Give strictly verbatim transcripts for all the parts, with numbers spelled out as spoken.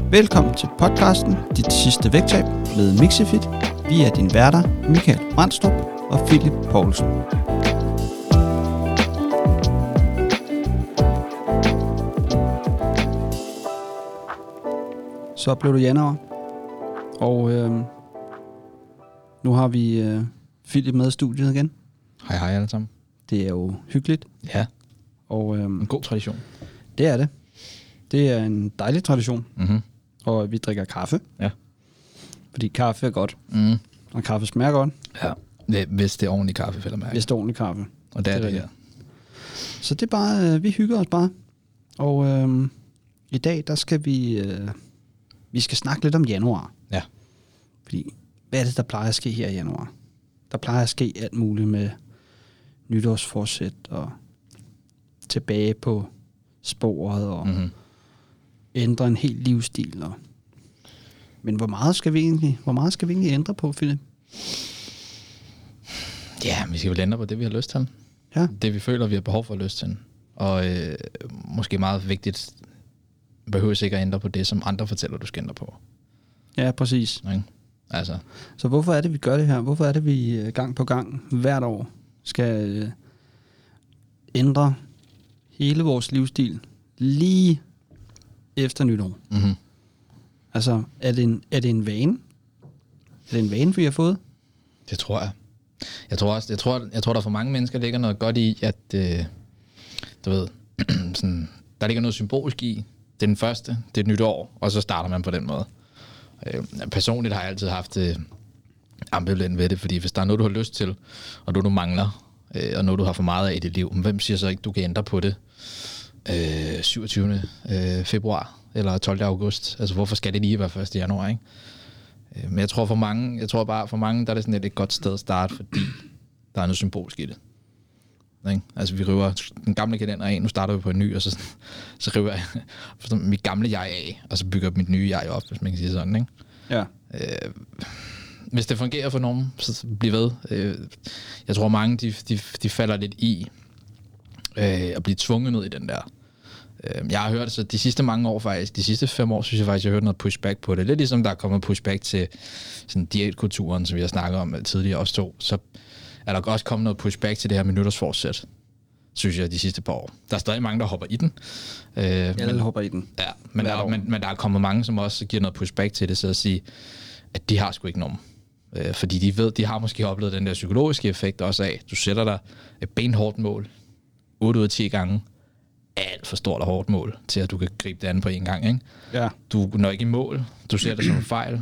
Velkommen til podcasten Dit Sidste Vægttab med Mixifit. Vi er dine værter, Michael Brandstrup og Philip Poulsen. Så blev det januar, og øh, nu har vi øh, Philip med i studiet igen. Hej hej alle sammen. Det er jo hyggeligt. Ja, og øh, en god tradition. Det er det. Det er en dejlig tradition. Mm-hmm. Og vi drikker kaffe. Ja. Fordi kaffe er godt. Mm. Og kaffe smager godt. Ja, hvis det er ordentlig kaffe, vel at mærke. Hvis det er ordentlig kaffe. Og det er det, det her. Så det er bare, øh, vi hygger os bare. Og øh, i dag, der skal vi, øh, vi skal snakke lidt om januar. Ja. Fordi, hvad er det, der plejer at ske her i januar? Der plejer at ske alt muligt med nytårsforsæt og tilbage på sporet og mm-hmm. ændre en hel livsstil. Og men hvor meget skal vi egentlig, hvor meget skal vi egentlig ændre på, Philip? Ja, vi skal vel ændre på det, vi har lyst til. Ja. Det, vi føler, vi har behov for at lyst til. Og øh, måske meget vigtigt, behøver ikke at ændre på det, som andre fortæller, du skal ændre på. Ja, præcis. Okay? Altså. Så hvorfor er det, vi gør det her? Hvorfor er det, vi gang på gang, hvert år, skal øh, ændre hele vores livsstil lige efter nytår? Mm-hmm. Altså, er det, en, er det en vane? Er det en vane, vi har fået? Det tror jeg. Jeg tror også, jeg tror, jeg tror der for mange mennesker ligger noget godt i, at øh, du ved, sådan, der ligger noget symbolisk i. Det er den første, det er et nyt år, og så starter man på den måde. Øh, personligt har jeg altid haft øh, ambivalent ved det, fordi hvis der er noget, du har lyst til, og noget, du mangler, øh, og noget, du har for meget af i dit liv, men hvem siger så ikke, du kan ændre på det øh, syvogtyvende februar eller tolvte august? Altså, hvorfor skal det lige være første januar, ikke? Øh, men jeg tror for mange, jeg tror bare for mange, der er det sådan et, et godt sted at starte, fordi der er noget symbolsk i det. Ikke? Altså, vi river den gamle kalender af, nu starter vi på en ny, og så, så river jeg mit gamle jeg af, og så bygger mit nye jeg op, hvis man kan sige sådan, ikke? Ja. Øh, hvis det fungerer for nogen, så bliv ved. Øh, jeg tror, mange de, de, de falder lidt i øh, at blive tvunget ned i den der. Øh, jeg har hørt så de sidste mange år faktisk, de sidste fem år, synes jeg faktisk, jeg har hørt noget pushback på det. Lidt ligesom der er kommet pushback til sådan diætkulturen, som vi har snakket om tidligere også to, så er der også kommet noget pushback til det her med nytårsforsæt, synes jeg, de sidste par år. Der er stadig mange, der hopper i den. Øh, Alle men, hopper i den. Ja, men der, men, men der er kommet mange, som også giver noget pushback til det, så at sige, at de har sgu ikke nogen. Øh, fordi de ved, de har måske oplevet den der psykologiske effekt også af, du sætter dig et benhårdt mål, otte ud af ti gange, alt for stort og hårdt mål, til at du kan gribe det andet på en gang, ikke? Ja. Du når ikke i mål, du ser det som en fejl,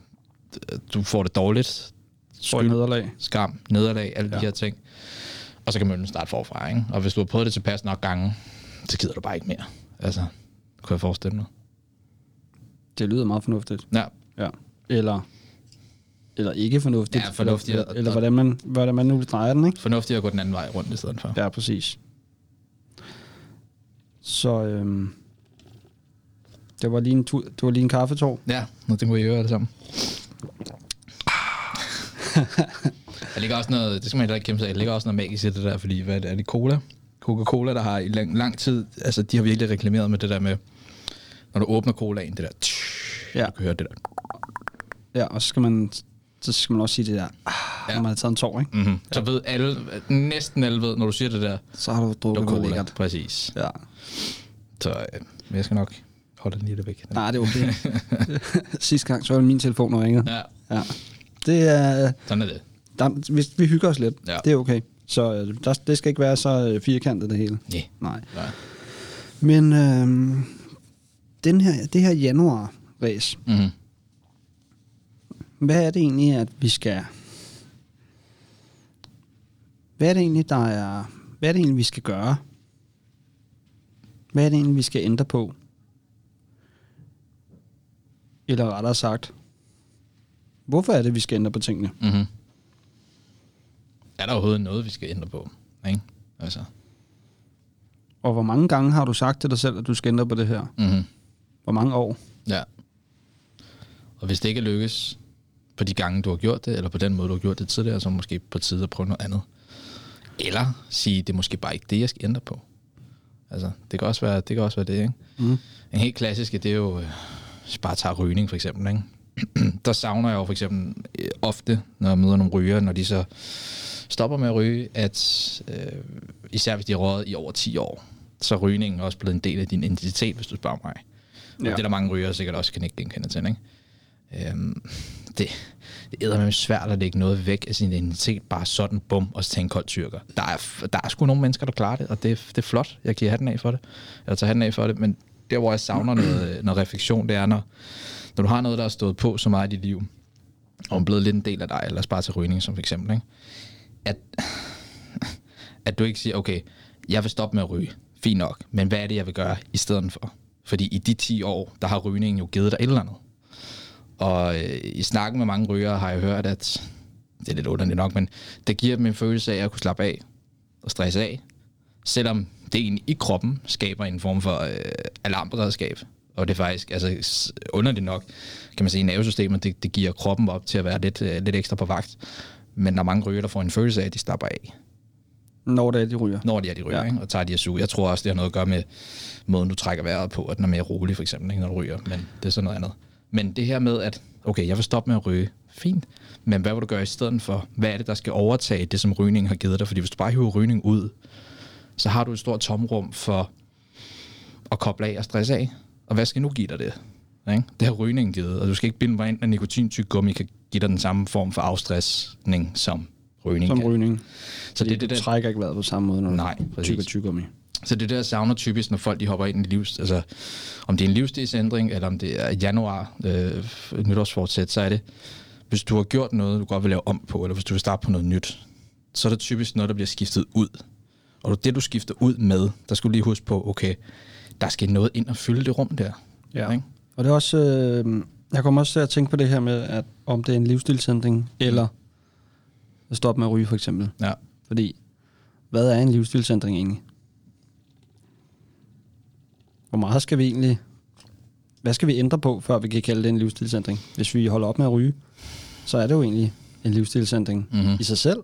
du får det dårligt, skyld, nederlag. skam, nederlag, alle ja. de her ting. Og så kan møllen starte forfra, ikke? Og hvis du har prøvet det tilpas nok gange, så gider du bare ikke mere. Altså, kunne jeg forestille mig. Det lyder meget fornuftigt. Ja. Ja. Eller, eller ikke fornuftigt. Ja, fornuftigt. Eller, eller hvordan, man, hvordan man nu drejer den, ikke? Fornuftigt at gå den anden vej rundt i stedet for. Ja, præcis. Så øhm, det var lige en tur, det var lige en kaffetår. Ja, nu tænker vi gøre det sammen. Der ligger også noget, det skal man heller ikke kæmpe sig af, der ligger også noget magisk i det der, fordi hvad er det, Cola? Coca-Cola, der har i lang, lang tid, altså de har virkelig reklameret med det der med, når du åbner colaen, det der, tsh, ja. Du kan høre det der. Ja, og så skal man, så skal man også sige det der, ah, ja. Når man har taget en tår, ikke? Mm-hmm. Så ja. Ved alle, næsten alle ved, når du siger det der, så har du drukket noget lækkert. Præcis. Ja. Så øh, jeg skal nok holde den lige lidt væk. Nej, det er okay. Sidste gang, så var min telefon og ringet. Ja. Ja. Det er... Sådan er det. Der, vi, vi hygger os lidt. Ja. Det er okay. Så øh, der, det skal ikke være så firkantet det hele. Yeah. Nej. Nej. Men øh, den her, det her januar-ræs, mm-hmm. hvad er det egentlig, at vi skal... Hvad er det egentlig, der er... Hvad er det egentlig, vi skal gøre? Hvad er det egentlig, vi skal ændre på? Eller rettere sagt, hvorfor er det, vi skal ændre på tingene? Mm-hmm. Er der overhovedet noget, vi skal ændre på? Ikke? Altså. Og hvor mange gange har du sagt til dig selv, at du skal ændre på det her? Mm-hmm. Hvor mange år? Ja. Og hvis det ikke lykkes på de gange, du har gjort det, eller på den måde, du har gjort det tidligere, så måske på tide at prøve noget andet. Eller sige, det er måske bare ikke det, jeg skal ændre på. Altså, det kan også være det, kan også være det, ikke? Mm. En helt klassisk, det er jo bare tager rygning for eksempel, ikke? Der savner jeg jo for eksempel øh, ofte, når jeg møder nogle ryger, når de så stopper med at ryge, at øh, især hvis de har røget i over ti år, så er rygningen også blevet en del af din identitet, hvis du spørger mig. Ja. Det er der mange rygere sikkert også kan ikke genkende til, ikke? Øhm, det, det er med svært at lægge noget væk af sin identitet, bare sådan, bum, og så tage en kold tyrker. Der er, der er sgu nogle mennesker, der klarer det, og det, det er flot. Jeg giver hatten af for det. Jeg tager hatten af for det, men der, hvor jeg savner noget, noget refleksion, det er, når, når du har noget, der er stået på så meget i dit liv, og er blevet lidt en del af dig, eller bare til rygning, som for eksempel, ikke? At, at du ikke siger, okay, jeg vil stoppe med at ryge. Fint nok, men hvad er det, jeg vil gøre i stedet for? Fordi i de ti år, der har rygningen jo givet dig et eller andet. Og øh, i snakken med mange rygere har jeg hørt, at det er lidt underligt nok, men det giver dem en følelse af at kunne slappe af og stresse af, selvom det egentlig i kroppen skaber en form for øh, alarmberedskab. Og det er faktisk, altså underligt nok, kan man sige, nervesystemet, det, det giver kroppen op til at være lidt, øh, lidt ekstra på vagt. Men der er mange ryger, der får en følelse af, at de slapper af. Når det er, de ryger. Når de er, de ryger, ja. Ikke? Og tager de at suge. Jeg tror også, det har noget at gøre med måden, du trækker vejret på, at den er mere rolig, for eksempel, ikke, når du ryger. Men det er sådan noget andet. Men det her med, at okay, jeg vil stoppe med at ryge. Fint. Men hvad vil du gøre i stedet for? Hvad er det, der skal overtage det, som rygningen har givet dig? Fordi hvis du bare hiver rygning ud, så har du et stort tomrum for at koble af og stresse af. Og hvad skal nu give dig det? Ikke? Det har rygningen givet. Og du skal ikke bilde mig ind, at nikotintyggegummi kan give dig den samme form for afstressning som rygning. Som rygning. Så det, det, det trækker ikke vejret på samme måde, når nej, du tykker tyggegummi. Så det der jeg savner typisk, når folk de hopper ind i livs, altså om det er en livsstilsændring, eller om det er januar øh, nytårsfortsæt, så er det, hvis du har gjort noget, du godt vil lave om på, eller hvis du vil starte på noget nyt, så er det typisk noget, der bliver skiftet ud. Og det, du skifter ud med, der skal du lige huske på, okay, der skal noget ind og fylde det rum der. Ja. Ikke? Og det er også, øh, jeg kommer også til at tænke på det her med, at om det er en livsstilsændring, eller at stoppe med at ryge for eksempel. Ja. Fordi, hvad er en livsstilsændring egentlig? Hvor meget skal vi egentlig, hvad skal vi ændre på, før vi kan kalde det en livsstilsændring? Hvis vi holder op med at ryge, så er det jo egentlig en livsstilsændring mm-hmm. i sig selv.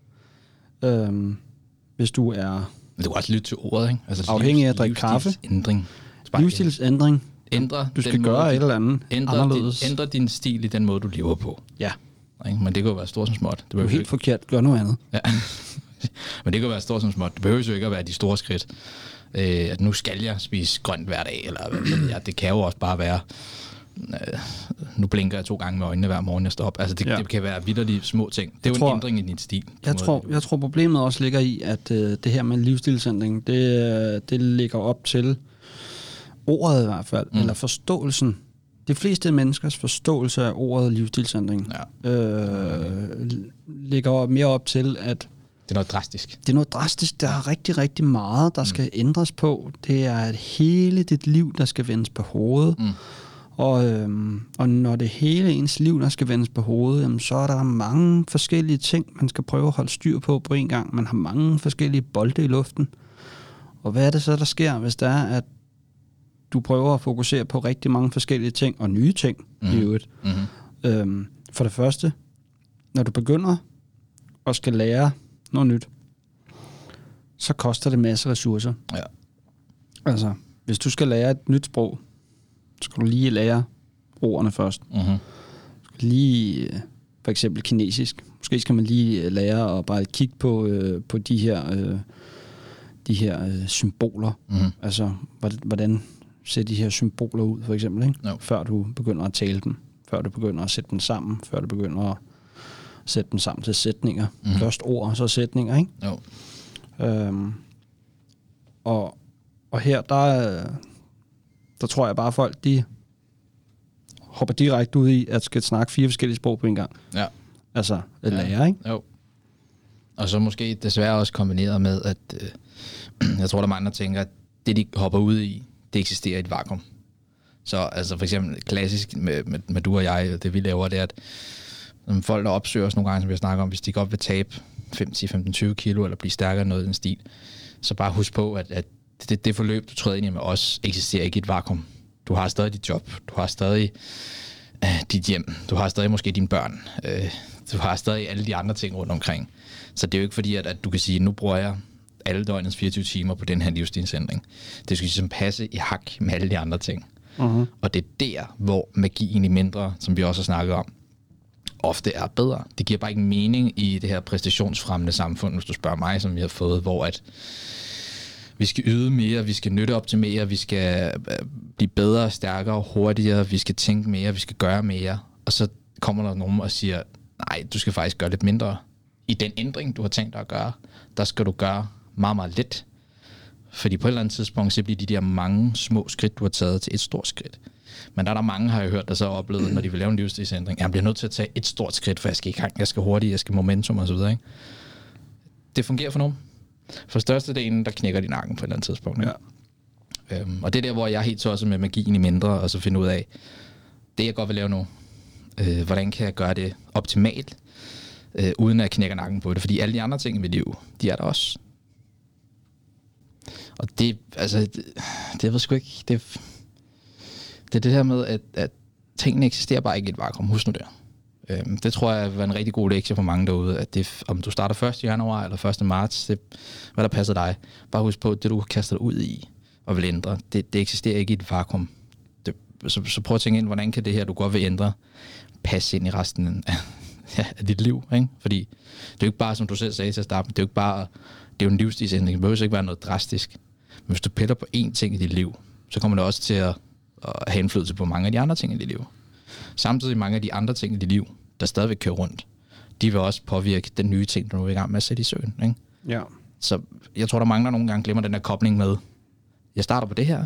Øhm, hvis du er men du kan også lytte til ordet, ikke? Altså, afhængig af at drikke kaffe. Livsstilsændring. Livsstilsændring. Ændre du skal gøre måde, et eller andet ændre anderledes. Din, ændre din stil i den måde, du lever på. Ja. Ikke? Men det kan jo være stort som småt. Det er helt ikke... forkert. Gør noget andet. Ja. Men det kan være stort som småt. Det behøver jo ikke at være de store skridt. Øh, at nu skal jeg spise grønt hver dag, eller ja, det kan jo også bare være, øh, nu blinker jeg to gange med øjnene hver morgen, jeg står op. Altså det, ja. det kan være vitterlige små ting. Det er jeg jo tror, en ændring i din stil. Jeg tror, jeg tror problemet også ligger i, at øh, det her med livsstilsændring, det, det ligger op til ordet i hvert fald, mm. eller forståelsen. De fleste menneskers forståelse af ordet livsstilsændring ja. øh, ligger mere op til, at det er noget drastisk. Det er noget drastisk. Der er rigtig, rigtig meget, der skal mm. ændres på. Det er et hele dit liv, der skal vendes på hovedet. Mm. Og, øhm, og når det hele ens liv, der skal vendes på hovedet, jamen, så er der mange forskellige ting, man skal prøve at holde styr på på en gang. Man har mange forskellige bolde i luften. Og hvad er det så, der sker, hvis det er, at du prøver at fokusere på rigtig mange forskellige ting, og nye ting mm. i øvrigt. Mm-hmm. Øhm, for det første, når du begynder at skal lære noget nyt, så koster det masse ressourcer. Ja. Altså, hvis du skal lære et nyt sprog, så skal du lige lære ordene først. Mm-hmm. Du skal lige, for eksempel kinesisk. Måske skal man lige lære at bare kigge på, øh, på de her, øh, de her øh, symboler. Mm-hmm. Altså, hvordan ser de her symboler ud, for eksempel, ikke? No. Før du begynder at tale dem. Før du begynder at sætte dem sammen. Før du begynder at sætte dem sammen til sætninger. Mm-hmm. Først ord, så sætninger, ikke? Jo. Øhm, og, og her, der, der tror jeg bare, at folk, de hopper direkte ud i, at skal snakke fire forskellige sprog på en gang. Ja. Altså, at ja. lære, ikke? Jo. Og så måske desværre også kombineret med, at øh, jeg tror, der er mange, der tænker, at det, de hopper ud i, det eksisterer i et vakuum. Så altså for eksempel klassisk med, med, med du og jeg, det vi laver, det er, at folk, der opsøger os nogle gange, som vi snakker om, hvis de godt vil tabe fem til femten til tyve kilo, eller blive stærkere end noget i den stil, så bare husk på, at, at det, det forløb, du træder ind i med os, eksisterer ikke i et vakuum. Du har stadig dit job, du har stadig øh, dit hjem, du har stadig måske dine børn, øh, du har stadig alle de andre ting rundt omkring. Så det er jo ikke fordi, at, at du kan sige, nu bruger jeg alle døgnets fireogtyve timer på den her livsstilsændring. Det skal ligesom passe i hak med alle de andre ting. Uh-huh. Og det er der, hvor magien i mindre, som vi også har snakket om, ofte er bedre. Det giver bare ikke mening i det her præstationsfremmende samfund, hvis du spørger mig, som vi har fået, hvor at vi skal yde mere, vi skal nytteoptimere, vi skal blive bedre, stærkere, hurtigere, vi skal tænke mere, vi skal gøre mere. Og så kommer der nogen og siger, nej, du skal faktisk gøre lidt mindre. I den ændring, du har tænkt dig at gøre, der skal du gøre meget, meget lidt. Fordi på et eller andet tidspunkt, så bliver de der mange små skridt, du har taget til et stort skridt. Men der er der mange, har jeg hørt, der så har oplevet, når de vil lave en livsstilsændring, jeg bliver nødt til at tage et stort skridt, for jeg skal i gang, jeg skal hurtigt, jeg skal momentum og så videre. Ikke? Det fungerer for nogen. For størstedelen, der knækker de nakken på et eller andet tidspunkt. Ikke? Ja. Øhm, og det er der, hvor jeg er helt tosset med magien i mindre, og så finde ud af, det jeg godt vil lave nu, øh, hvordan kan jeg gøre det optimalt, øh, uden at knække nakken på det. Fordi alle de andre ting i mit liv, de er der også. Og det, altså, det, det jeg ved sgu ikke, det, det er det her med, at, at tingene eksisterer bare ikke i et vakuum. Husk nu det. Øhm, det tror jeg var en rigtig god lektie for mange derude, at det, om du starter første januar eller første marts, det, hvad der passer dig, bare husk på, at det du kaster dig ud i og vil ændre, det, det eksisterer ikke i et vakuum. Det, så, så prøv at tænke ind, hvordan kan det her, du godt vil ændre, passe ind i resten af, ja, af dit liv, ikke? Fordi det er jo ikke bare, som du selv sagde til at starte, det er jo ikke bare, det er jo en livsstilsændring, det behøver ikke være noget drastisk. Men hvis du piller på én ting i dit liv, så kommer det også til at, at have indflydelse på mange af de andre ting i dit liv. Samtidig mange af de andre ting i dit liv, der stadigvæk kører rundt, de vil også påvirke den nye ting, du er i gang med at sætte i søen. Ikke? Ja. Så jeg tror, der mange, der nogle gange glemmer den der kobling med, jeg starter på det her,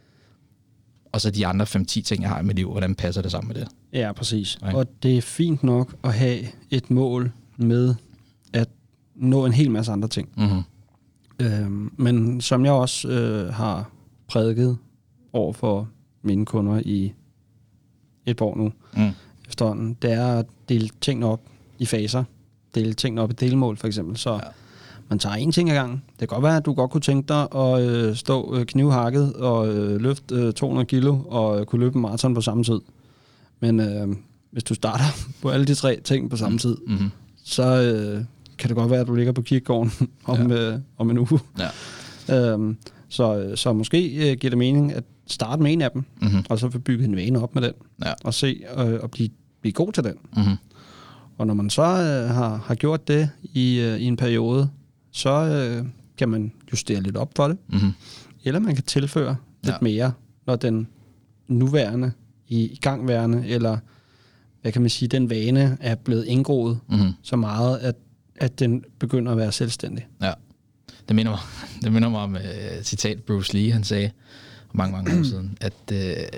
og så de andre fem til ti ting, jeg har i mit liv, hvordan passer det sammen med det? Ja, præcis. Okay. Og det er fint nok at have et mål med at nå en hel masse andre ting. Mm-hmm. Øhm, men som jeg også øh, har prædiket over for mine kunder i et år nu, mm. efterhånden, det er at dele tingene op i faser. Dele tingene op i delmål, for eksempel. Så ja. Man tager en ting ad gangen. Det kan godt være, at du godt kunne tænke dig at øh, stå øh, knivhakket og øh, løfte øh, to hundrede kilo og øh, kunne løbe en maraton på samme tid. Men øh, hvis du starter på alle de tre ting på samme tid, mm-hmm. så øh, kan det godt være, at du ligger på kirkegården om, ja. øh, om en uge. Ja. øhm, så, så måske øh, giver det mening at starte med en af dem, mm-hmm. og så få bygget en vane op med den, ja. og se øh, og blive, blive god til den. Mm-hmm. Og når man så øh, har, har gjort det i, øh, i en periode, så øh, kan man justere lidt op for det, mm-hmm. eller man kan tilføre ja. lidt mere, når den nuværende, i, i gangværende, eller hvad kan man sige, den vane er blevet indgroet mm-hmm. så meget, at, at den begynder at være selvstændig. Ja, det minder mig, det minder mig om uh, citat Bruce Lee, han sagde mange, mange år siden, at uh,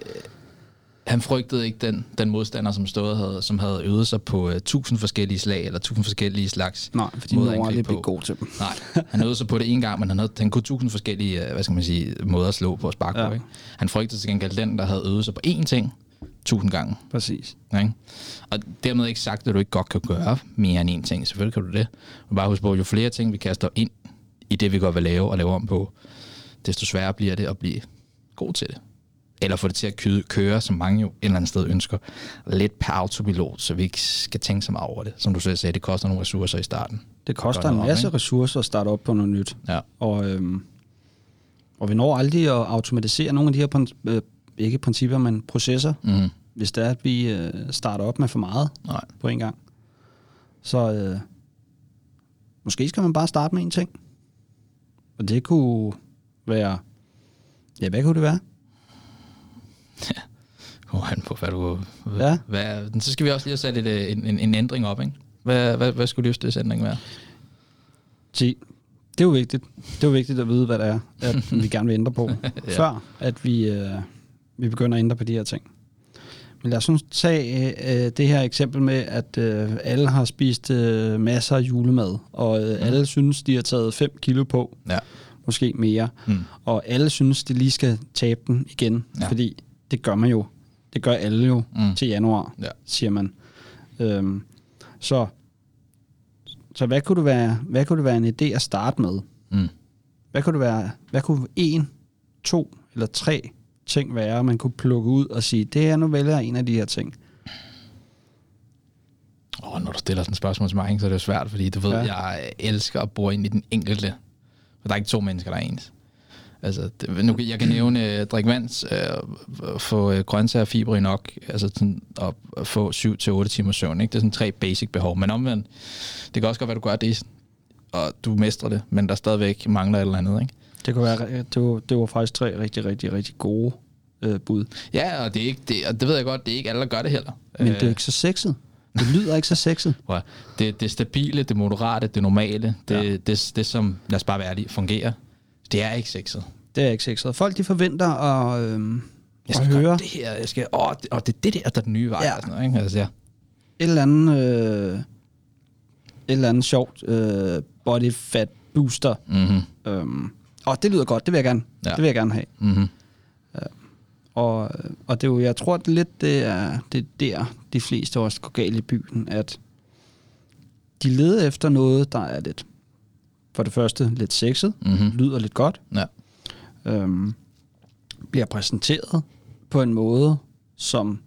han frygtede ikke den, den modstander, som stod havde, som havde øvet sig på uh, tusind forskellige slag, eller tusind forskellige slags Nej, fordi måder at angribe på. God til dem. Nej, han øvede sig på det en gang, men han, havde, han kunne tusind forskellige, uh, hvad skal man sige, måder at slå på og sparke ja. på. Ikke? Han frygtede til gengæld den, der havde øvet sig på én ting, tusind gange. Præcis. Okay? Og dermed ikke sagt, at du ikke godt kan gøre mere end én ting. Selvfølgelig kan du det. Men bare husk på, jo flere ting vi kaster ind i det, vi godt vil lave og lave om på, desto sværere bliver det at blive god til det. Eller få det til at køre, som mange jo et eller andet sted ønsker, lidt per autopilot, så vi ikke skal tænke så meget over det. Som du selv sagde, det koster nogle ressourcer i starten. Det koster en masse op, ressourcer at starte op på noget nyt. Ja. Og, øhm, og vi når aldrig at automatisere nogle af de her øh, ikke principper, men processer, mm. hvis det er, at vi øh, starter op med for meget Nej. på en gang. Så øh, måske skal man bare starte med en ting. Og det kunne være... Ja, hvad kunne det være? Ja, kommer an på, hvad du... Ja. Hvad, så skal vi også lige have sat et, en, en, en ændring op, ikke? Hvad, hvad, hvad skulle livsstilsændring være? Se, det er jo vigtigt. Det er jo vigtigt at vide, hvad det er, at vi gerne vil ændre på, ja. før at vi, øh, vi begynder at ændre på de her ting. Men lad os nu tage øh, det her eksempel med, at øh, alle har spist øh, masser af julemad, og øh, mm. alle synes, de har taget fem kilo på, ja. måske mere, mm. og alle synes, de lige skal tabe den igen, ja. fordi det gør man jo. Det gør alle jo mm. til januar, ja. siger man. Øhm, så så hvad kunne det være? Hvad kunne det være en idé at starte med? Mm. Hvad kunne det være? Hvad kunne en, to eller tre ting være, man kunne plukke ud og sige, det her nu vælger jeg en af de her ting? Åh, når du stiller sådan et spørgsmål til mig, så er det jo svært, fordi du ved, ja. jeg elsker at bore ind i den enkelte. For der er ikke to mennesker, der er ens. Altså, det, nu, jeg kan nævne uh, drikke vand, uh, få uh, grøntsager og fibre i nok, altså sådan, og få syv til otte timer søvn. Ikke? Det er sådan tre basic behov. Men omvendt, det kan også godt være, at du gør det, og du mestrer det, men der stadigvæk mangler et eller andet. Ikke? Det kunne være, det var, det var faktisk tre rigtig, rigtig, rigtig gode øh, bud. Ja, og det, er ikke, det, og det ved jeg godt, det er ikke alle, der gør det heller. Men det er ikke så sexet. Det lyder ikke så sexet. Det, det stabile, det moderate, det normale, det, ja. det, det, det som, lad os bare være ærlige, fungerer, det er ikke sexet. Det er ikke sexet. Folk, de forventer at, øhm, jeg skal at høre det her, jeg skal, åh, det, og det er det der, der er den nye vej. Ja. Og sådan noget, ikke? Altså, ja. Et eller andet, øh, et eller andet sjovt øh, body fat booster. Mm-hmm. Øhm, og det lyder godt, det vil jeg gerne, ja. det vil jeg gerne have. Mm-hmm. Ja. Og, og det er jo, jeg tror at lidt, det er, det er der, de fleste også går galt i byen, at de leder efter noget, der er lidt, for det første lidt sexet, mm-hmm. lyder lidt godt, ja. øhm, bliver præsenteret på en måde, som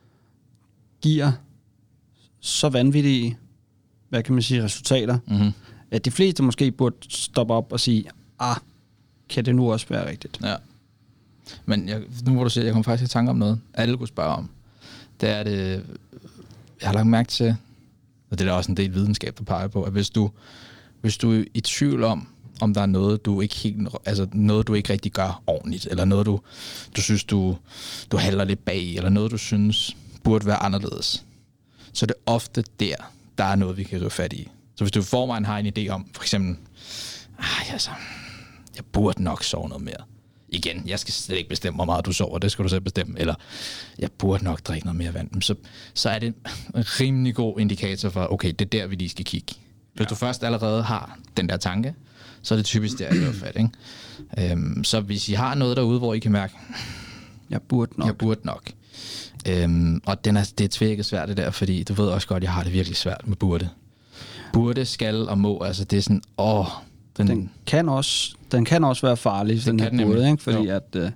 giver så vanvittige, hvad kan man sige, resultater, mm-hmm. at de fleste måske burde stoppe op og sige, ah, kan det nu også være rigtigt? Ja. Men jeg, nu må du se, jeg kom faktisk i tanke om noget, alle kunne spørge om. Det er det, jeg har lagt mærke til, og det er der også en del videnskab, der peger på, at hvis du, hvis du er i tvivl om, om der er noget, du ikke helt, altså noget, du ikke rigtig gør ordentligt, eller noget, du, du synes, du, du halter lidt bag, eller noget, du synes burde være anderledes, så det er ofte der, der er noget, vi kan rive fat i. Så hvis du i forvejen har en idé om, for eksempel, ah, altså, jeg burde nok sove noget mere. Igen, jeg skal slet ikke bestemme, hvor meget du sover, det skal du selv bestemme. Eller, jeg burde nok drikke noget mere vand. Så, så er det en rimelig god indikator for, okay, det er der, vi lige skal kigge. Hvis ja. du først allerede har den der tanke, så er det typisk der, jeg er fat, ikke? Øhm, så hvis I har noget derude, hvor I kan mærke, jeg burde nok. Jeg burde nok. Øhm, og den er, det er tvækket svært det der, fordi du ved også godt, jeg har det virkelig svært med burde. Burde, skal og må, altså det er sådan, åh, Den, den, kan også, den kan også være farlig, den her burde, ikke? Fordi jo. at øh,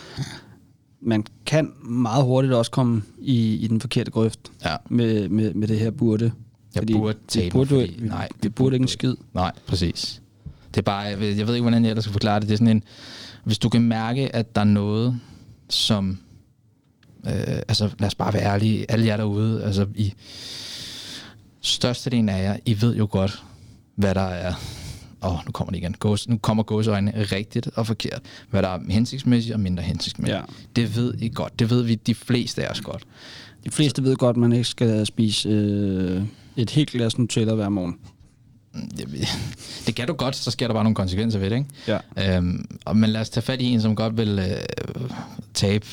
man kan meget hurtigt også komme i, i den forkerte grøft ja. med, med, med det her burde. Jeg burde tage burde, fordi, vi, nej, vi, vi burde ikke en skid. Nej, præcis. Det er bare, jeg ved, jeg ved ikke, hvordan jeg ellers skal forklare det. Det er sådan en, hvis du kan mærke, at der er noget, som, øh, altså lad os bare være ærlige, alle jer derude, altså i størstedelen af jer, I ved jo godt, hvad der er. Åh, oh, nu kommer det igen. Gås, nu kommer gåseøjne rigtigt og forkert. Hvad der er hensigtsmæssigt og mindre hensigtsmæssigt. Ja. Det ved I godt. Det ved vi de fleste af os godt. De fleste så. ved godt, at man ikke skal spise øh, et helt glas Nutella hver morgen. Det, det kan du godt, så sker der bare nogle konsekvenser ved det, ikke? Ja. Øhm, men lad os tage fat i en, som godt vil øh, tabe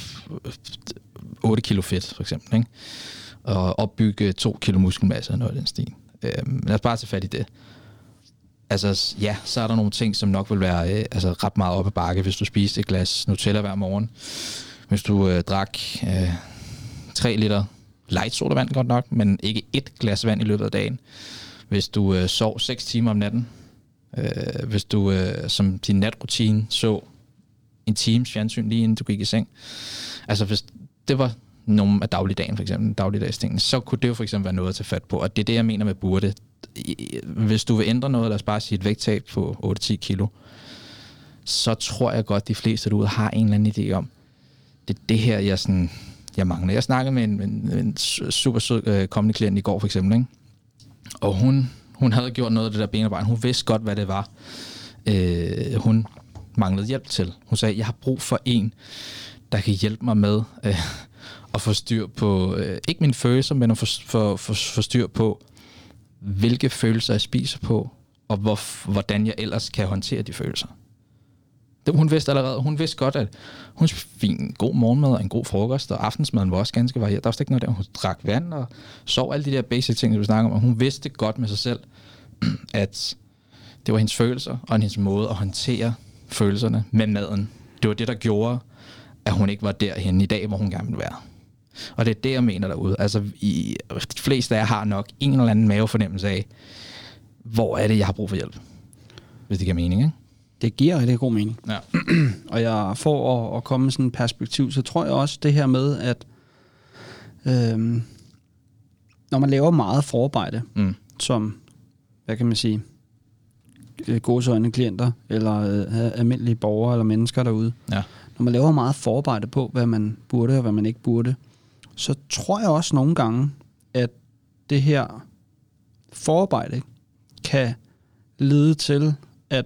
otte kilo fedt, for eksempel, ikke? Og opbygge to kilo muskelmasse og noget af den stil. Øhm, lad os bare tage fat i det. Altså, ja, så er der nogle ting, som nok vil være øh, altså, ret meget op ad bakke, hvis du spiser et glas Nutella hver morgen. Hvis du øh, drak øh, tre liter light sodavand, godt nok, men ikke et glas vand i løbet af dagen. Hvis du øh, sov seks timer om natten. Øh, hvis du øh, som din natrutine så en times fjernsyn lige inden du gik i seng. Altså, hvis det var nogle af dagligdagen, for eksempel dagligdagstingene, så kunne det jo for eksempel være noget at tage fat på. Og det er det, jeg mener med burde. Hvis du vil ændre noget, lad os bare sige et vægttab på otte til ti kilo, så tror jeg godt, de fleste derude har en eller anden idé om, det er det her, jeg, sådan, jeg mangler. Jeg snakkede med en, en, en super sød øh, kommende klient i går, for eksempel, ikke? Og hun, hun havde gjort noget af det der benarbejde. Hun vidste godt, hvad det var, øh, hun manglede hjælp til. Hun sagde, jeg har brug for en, der kan hjælpe mig med øh, at få styr på, øh, ikke mine følelser, men at få for, for, for styr på, hvilke følelser jeg spiser på, og hvor, hvordan jeg ellers kan håndtere de følelser. Det hun vidste allerede. Hun vidste godt, at hun fik en god morgenmad og en god frokost, og aftensmaden var også ganske varieret. Der var slet ikke noget der. Hun drak vand og sov, alle de der basic ting, som vi snakker om. Og hun vidste godt med sig selv, at det var hendes følelser og hendes måde at håndtere følelserne med maden. Det var det, der gjorde, at hun ikke var derhenne i dag, hvor hun gerne ville være. Og det er det, jeg mener derude. Altså, i, de fleste af jer har nok en eller anden mavefornemmelse af, hvor er det, jeg har brug for hjælp. Hvis det giver mening, ikke? Det giver rigtig god mening. Ja. Og jeg får at, at komme med sådan et perspektiv, så tror jeg også det her med, at øhm, når man laver meget forarbejde, mm. som, hvad kan man sige, gåseøjne klienter, eller øh, almindelige borgere eller mennesker derude. Ja. Når man laver meget forarbejde på, hvad man burde og hvad man ikke burde, så tror jeg også nogle gange, at det her forarbejde kan lede til, at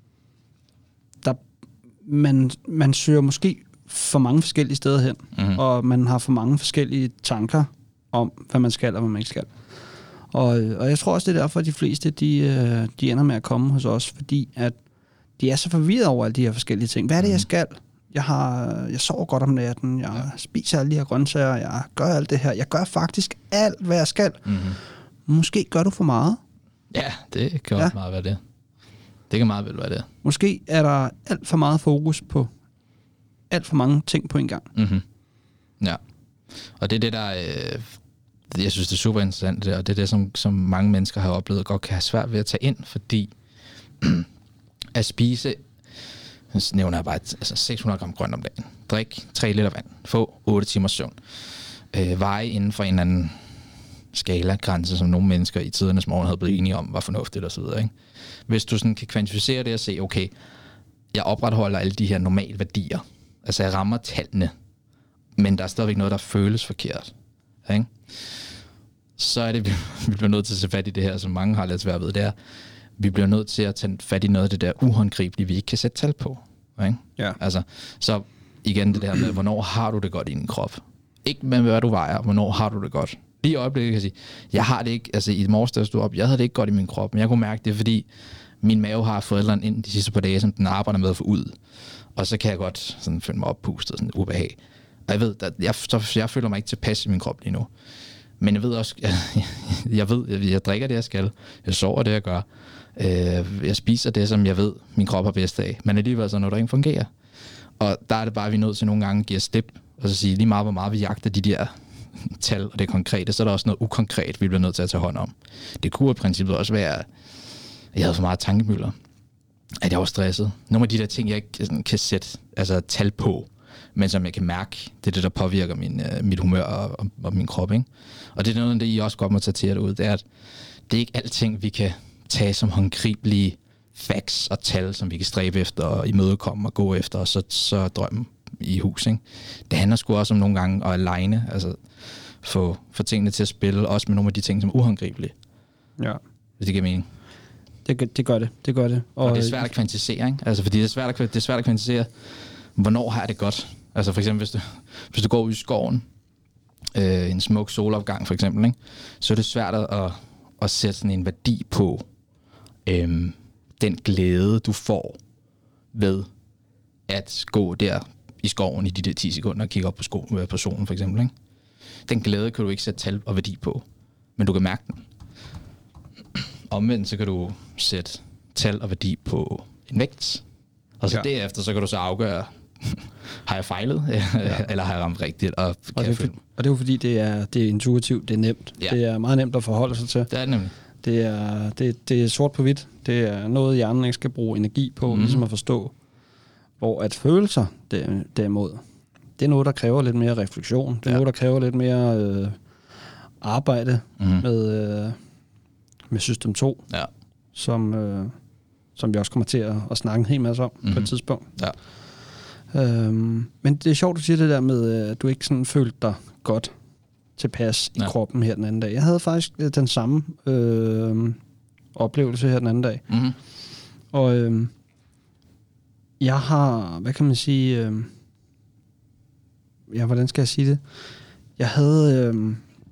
der, man, man søger måske for mange forskellige steder hen, mm-hmm. og man har for mange forskellige tanker om, hvad man skal og hvad man ikke skal. Og, og jeg tror også, det er derfor, at de fleste de, de ender med at komme hos os, fordi at de er så forvirret over alle de her forskellige ting. Hvad er det, jeg skal? Jeg, har, jeg sover godt om natten, jeg ja. spiser alle de her grøntsager, jeg gør alt det her. Jeg gør faktisk alt, hvad jeg skal. Mm-hmm. Måske gør du for meget. Ja, det kan ja. også meget være det. Det kan meget vel være det. Måske er der alt for meget fokus på alt for mange ting på en gang. Mm-hmm. Ja, og det er det, der... Øh, jeg synes, det er super interessant, det, og det er det, som, som mange mennesker har oplevet, godt kan have svært ved at tage ind, fordi at spise, så nævner jeg bare, altså seks hundrede gram grønt om dagen, drik tre liter vand, få otte timers søvn, øh, veje inden for en eller anden skala-grænse, som nogle mennesker i tidernes morgen havde blevet enige om, var fornuftigt og så videre, ikke? Hvis du sådan kan kvantificere det og se, okay, jeg opretholder alle de her normale værdier, altså jeg rammer tallene, men der er stadigvæk noget, der føles forkert, ikke? Så er det, vi bliver nødt til at se fat i det her, som mange har lidt svært ved, det er, vi bliver nødt til at tage fat i noget af det der uhåndgribelige, vi ikke kan sætte tal på. Ikke? Ja. Altså, så igen det der med, hvornår har du det godt i din krop? Ikke med, hvad du vejer, hvornår har du det godt? Lige i øjeblikket kan jeg sige, jeg har det ikke, altså i morges, da jeg stod op, jeg havde det ikke godt i min krop, men jeg kunne mærke det, fordi min mave har fået et eller andet ind de sidste par dage, som den arbejder med at få ud. Og så kan jeg godt sådan føle mig oppustet, sådan ubehag. Og jeg ved, at jeg, så, jeg føler mig ikke tilpas i min krop lige nu. Men jeg ved også, jeg, jeg ved, jeg, jeg drikker det, jeg skal. Jeg sover det, jeg gør. Øh, jeg spiser det, som jeg ved, min krop har bedst af. Men alligevel så, når der ikke fungerer. Og der er det bare, at vi er nødt til nogle gange at give slip, og så sige lige meget, hvor meget vi jagter de der tal og det konkrete, så er der også noget ukonkret, vi bliver nødt til at tage hånd om. Det kunne i princippet også være, at jeg havde for meget tankemøller, at jeg var stresset. Nogle af de der ting, jeg ikke sådan, kan sætte altså, tal på, men som jeg kan mærke, det er det, der påvirker min, uh, mit humør og, og, og min krop. Ikke? Og det er noget af det, I også godt må tage til jer ud, det er, at det er ikke alting, vi kan tage som håndgribelige facts og tal, som vi kan stræbe efter og imødekomme og gå efter, og så, så drømme i hus. Ikke? Det handler sgu også om nogle gange at aligne, altså få, få tingene til at spille, også med nogle af de ting, som er uhåndgribelige. Ja. Hvis det giver mening. Det, det gør det, det gør det. Og, og det er svært at kvantificere, ikke? Altså, fordi det er svært at, det er svært at kvantificere, hvornår har jeg det godt. Altså for eksempel, hvis du, hvis du går ud i skoven, øh, en smuk solopgang for eksempel, ikke? Så er det svært at, at sætte sådan en værdi på øh, den glæde, du får ved at gå der i skoven i de der ti sekunder og kigge op på, sko, på solen for eksempel. Ikke? Den glæde kan du ikke sætte tal og værdi på, men du kan mærke den. Omvendt så kan du sætte tal og værdi på en vægt, og så ja. derefter så kan du så afgøre, har jeg fejlet, ja. eller har jeg ramt rigtigt? Og, og, det, er, for, og det er jo fordi, det er, det er intuitivt, det er nemt. Ja. Det er meget nemt at forholde sig til. Det er det nemlig. Det er, det, det er sort på hvidt. Det er noget, hjernen ikke skal bruge energi på, mm. ligesom at forstå. Hvor at følelser, derimod, det er noget, der kræver lidt mere refleksion. Det er ja. noget, der kræver lidt mere øh, arbejde mm. med, øh, med system to, ja. som, øh, som vi også kommer til at, at snakke en hel masse om mm. på et tidspunkt. Ja. Øhm, men det er sjovt, du siger det der med, at du ikke sådan følte dig godt tilpas i ja. kroppen her den anden dag. Jeg havde faktisk den samme øh, oplevelse her den anden dag. Mm-hmm. Og øh, jeg har, hvad kan man sige, øh, ja, hvordan skal jeg sige det? Jeg havde, øh,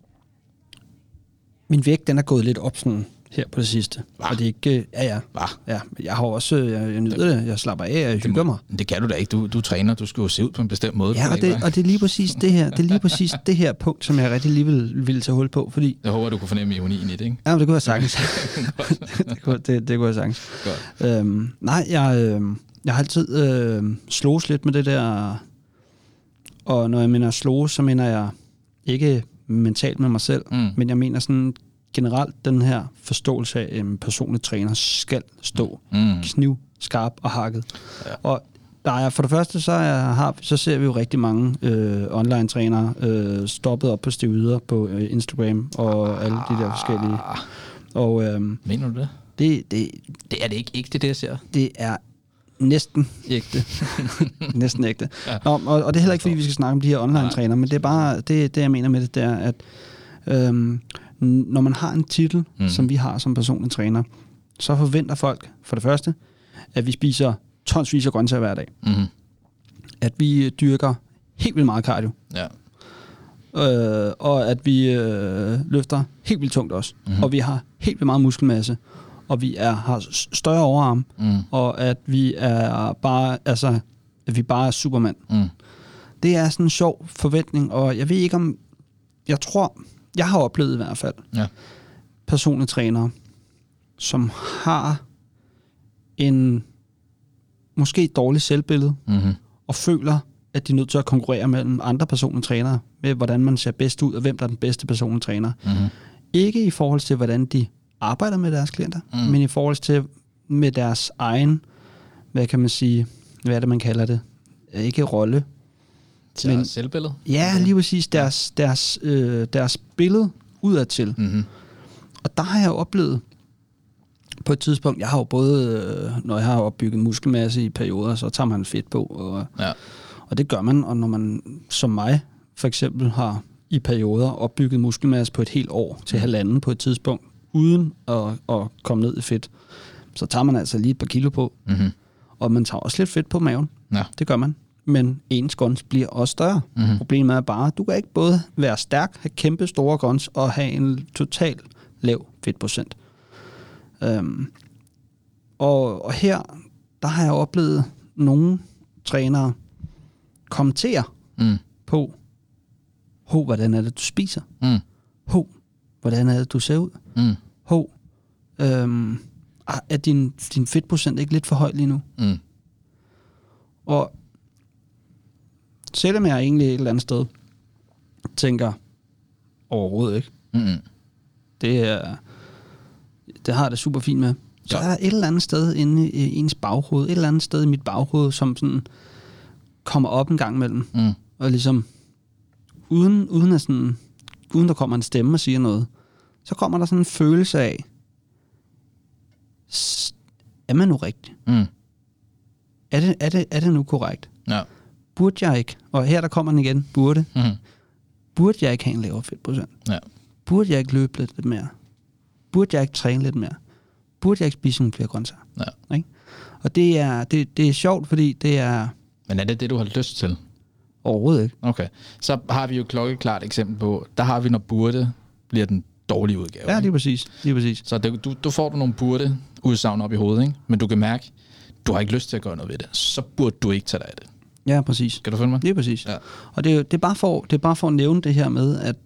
min vægt, den er gået lidt op sådan her på det sidste. Hva? Og det er ikke, ja ja. Hva? Ja, jeg har også, jeg, jeg nyder det, jeg slapper af, jeg hygger mig. Det kan du da ikke, du, du træner, du skal jo se ud på en bestemt måde. Ja, og det, og det er lige præcis det her, det er lige præcis det her punkt, som jeg rigtig lige vil, vil tage hul på, fordi... Jeg håber, du kunne fornemme ironien i det, ikke? Ja, men det kunne jeg sagtens. det, kunne, det, det kunne jeg sagtens. Øhm, nej, jeg, øh, jeg har altid øh, slås lidt med det der, og når jeg mener slås, så mener jeg ikke mentalt med mig selv, mm. men jeg mener sådan generelt den her forståelse af, at en personlig træner skal stå mm. kniv, skarp og hakket. Ja. Og der er, for det første, så, er, har, så ser vi jo rigtig mange øh, online-trænere øh, stoppet op på steroider på øh, Instagram og ah. alle de der forskellige. Og, øh, mener du det? Det, det, Det er det ikke ægte, det jeg ser. det er næsten ægte. næsten ægte. Ja. Nå, og, og det er heller ikke, fordi vi skal snakke om de her online-træner, men det er bare, det, det jeg mener med det, det er, at øhm, når man har en titel, mm. som vi har som personlig træner, så forventer folk, for det første, at vi spiser tonsvis af grøntsager hver dag. Mm-hmm. At vi dyrker helt vildt meget cardio. Ja. Øh, og at vi øh, løfter helt vildt tungt også. Mm-hmm. Og vi har helt vildt meget muskelmasse. Og vi er, har større overarm. Mm. Og at vi er bare, altså, at vi bare er supermand. Mm. Det er sådan en sjov forventning, og jeg ved ikke om, jeg tror, jeg har oplevet i hvert fald, ja. personlige trænere, som har en måske dårlig selvbillede, mm-hmm. og føler, at de er nødt til at konkurrere mellem andre personlige trænere, med hvordan man ser bedst ud, og hvem der er den bedste personlige træner. Mm-hmm. Ikke i forhold til, hvordan de arbejder med deres klienter, mm. men i forhold til med deres egen, hvad kan man sige, hvad er det, man kalder det? Ikke rolle. Deres men, selvbillede? Ja, lige præcis deres, deres, øh, deres billede udadtil. Mm-hmm. Og der har jeg jo oplevet, på et tidspunkt, jeg har jo både, øh, når jeg har opbygget muskelmasse i perioder, så tager man fedt på, og, ja. og det gør man, og når man, som mig, for eksempel har i perioder opbygget muskelmasse på et helt år til halvanden på et tidspunkt, uden at, at komme ned i fedt, så tager man altså lige et par kilo på, mm-hmm. og man tager også lidt fedt på maven. Ja. Det gør man. Men ens guns bliver også større. Mm-hmm. Problemet er bare, at du kan ikke både være stærk, have kæmpe store guns, og have en total lav fedtprocent. Um, og, og her, der har jeg oplevet nogle trænere kommentere mm. på, ho, hvordan er det, du spiser? Mm. Ho, hvordan er det, du ser ud? Mm. Ho, øhm, er din, din fedtprocent ikke lidt for høj lige nu? Mm. Og selvom jeg egentlig et eller andet sted tænker, overhovedet ikke. Mm. Det er, det har jeg det super fint med. Så er der et eller andet sted inde i ens baghoved, et eller andet sted i mit baghoved, som sådan kommer op en gang imellem. Mm. Og ligesom, uden, uden, at sådan, uden der kommer en stemme og siger noget, så kommer der sådan en følelse af, er man nu rigtig? Mm. Er, det, er, det, er det nu korrekt? Ja. Burde jeg ikke, og her der kommer den igen, burde, mm. burde jeg ikke have en lavere fedtprocent? Ja. Burde jeg ikke løbe lidt, lidt mere? Burde jeg ikke træne lidt mere? Burde jeg ikke spise nogle flere grøntsager? Ja. Ikke? Og det er, det, det er sjovt, fordi det er... Men er det det, du har lyst til? Overhovedet ikke. Okay. Så har vi jo et klokkeklart eksempel på, der har vi, når burde bliver den dårlige udgave. Ja, lige præcis. Lige præcis. Så det, du, du får du nogle burde udsagn op i hovedet, ikke? Men du kan mærke, du har ikke lyst til at gøre noget ved det. Så burde du ikke tage dig af det. Ja, præcis. Kan du følge mig? Lige præcis. Ja. Og det er, det, er bare for, det er bare for at nævne det her med, at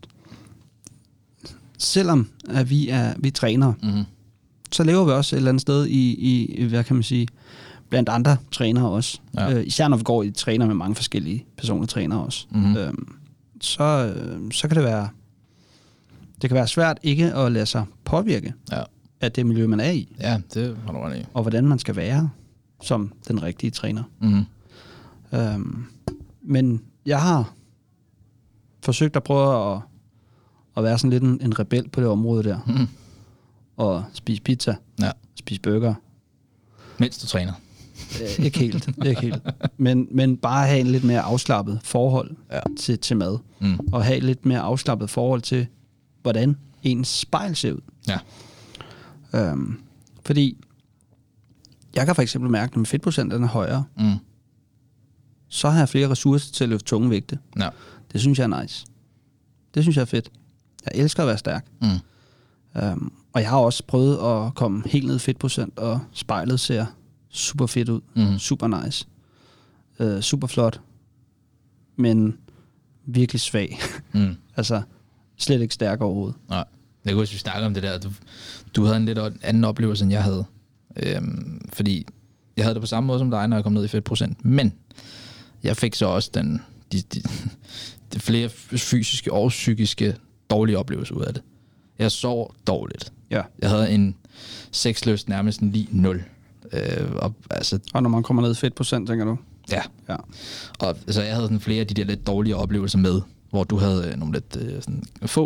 selvom at vi er vi trænere, mm-hmm. så lever vi også et eller andet sted i, i hvad kan man sige, blandt andre trænere også. Ja. Øh, især når vi går i træner med mange forskellige personlige trænere også. Mm-hmm. Øhm, så, øh, så kan det være det kan være svært ikke at lade sig påvirke ja. af det miljø, man er i. Ja, det har du ret i. Og hvordan man skal være som den rigtige træner. Mm-hmm. Øhm, men jeg har forsøgt at prøve at, at være sådan lidt en, en rebel på det område der. Mm-hmm. Og spise pizza. Ja. Spise burger. Mens du træner. Æh, ikke helt. Ikke helt. Men, men bare have en lidt mere afslappet forhold ja. til, til mad. Mm. Og have et lidt mere afslappet forhold til, hvordan ens spejl ser ud. Ja. Øhm, fordi jeg kan for eksempel mærke, at når fedtprocenten er højere, mm. så har jeg flere ressourcer til at løfte tunge vægte. Ja. Det synes jeg er nice. Det synes jeg er fedt. Jeg elsker at være stærk. Mm. Um, og jeg har også prøvet at komme helt ned i fedtprocent, og spejlet ser super fedt ud. Mm. Super nice. Uh, super flot. Men virkelig svag. Mm. Altså, slet ikke stærk overhovedet. Nej. Jeg kunne også, vi snakker om det der. Du, du havde en lidt anden oplevelse, end jeg havde. Øhm, fordi jeg havde det på samme måde som dig, når jeg kom ned i fedtprocent. Men jeg fik så også den, de, de, de flere fysiske og psykiske dårlige oplevelser ud af det. Jeg sov dårligt. Ja. Jeg havde en sexlyst nærmest lige nul. Øh, og, altså, og når man kommer ned i fedtprocent, tænker du? Ja. ja. Og altså, jeg havde sådan flere af de der lidt dårlige oplevelser med, hvor du havde øh, nogle lidt øh, sådan, få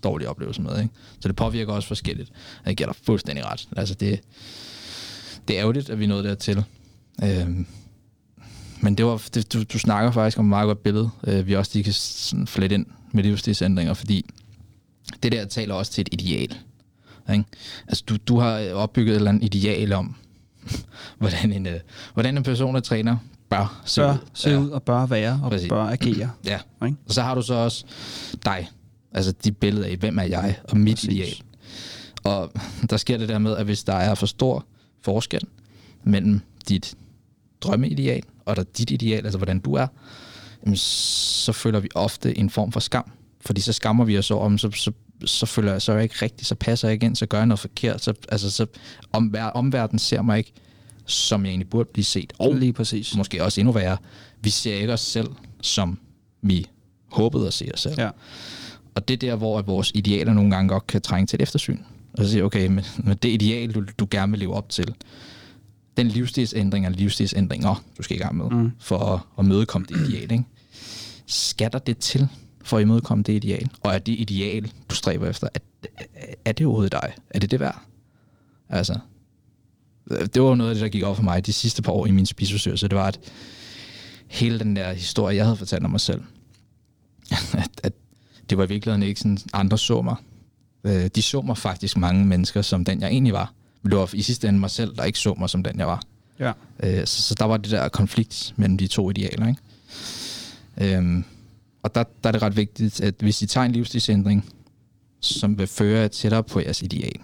dårlige oplevelser med, ikke? Så det påvirker også forskelligt. Jeg giver dig fuldstændig ret. Altså det, det er ærgerligt, at vi nåede dertil. Øhm, men det var, det, du, du snakker faktisk om et meget godt billede, øh, vi også lige kan sådan flette ind med livsstilsændringer, fordi det der taler også til et ideal. Ikke? Altså du, du har opbygget et eller andet ideal om, hvordan en, øh, hvordan en person, der træner, bør se bør ud. se Ja. ud og bør være og Præcis. bør agere. Ja, Ikke? og så har du så også dig. Altså dit billede af, hvem er jeg, og mit Præcis. ideal. Og der sker det der med, at hvis der er for stor forskel mellem dit drømmeideal og der dit ideal, altså hvordan du er, jamen, så føler vi ofte en form for skam. Fordi så skammer vi os over, om så, så, så føler jeg så er jeg ikke rigtigt, så passer jeg ikke ind, så gør jeg noget forkert. Så, altså, så omver, omverdenen ser mig ikke, som jeg egentlig burde blive set. Og Lige præcis. måske også endnu værre, vi ser ikke os selv, som vi håbede at se os selv. Ja. Og det er der, hvor vores idealer nogle gange godt kan trænge til et eftersyn. Og så siger okay, men, men det ideal, du, du gerne vil leve op til, den livsstilsændring eller livsstilsændringer, du skal i gang med, mm. for at, at mødekomme det ideal, ikke? Skatter det til for at imødekomme det ideal? Og er det ideal, du stræber efter, er, er det overhovedet dig? Er det det værd? Altså, det var noget af det, der gik op for mig de sidste par år i min spiseforstyrrelse. Det var, at hele den der historie, jeg havde fortalt om mig selv, at, at det var i virkeligheden ikke sådan, andre så mig. De så mig faktisk mange mennesker, som den jeg egentlig var. Men det var i sidste ende mig selv, der ikke så mig, som den jeg var. Ja. Så, så der var det der konflikt mellem de to idealer, ikke? Øhm, og der, der er det ret vigtigt, at hvis I tager en livsstilsændring, som vil føre jer tættere på jeres ideal,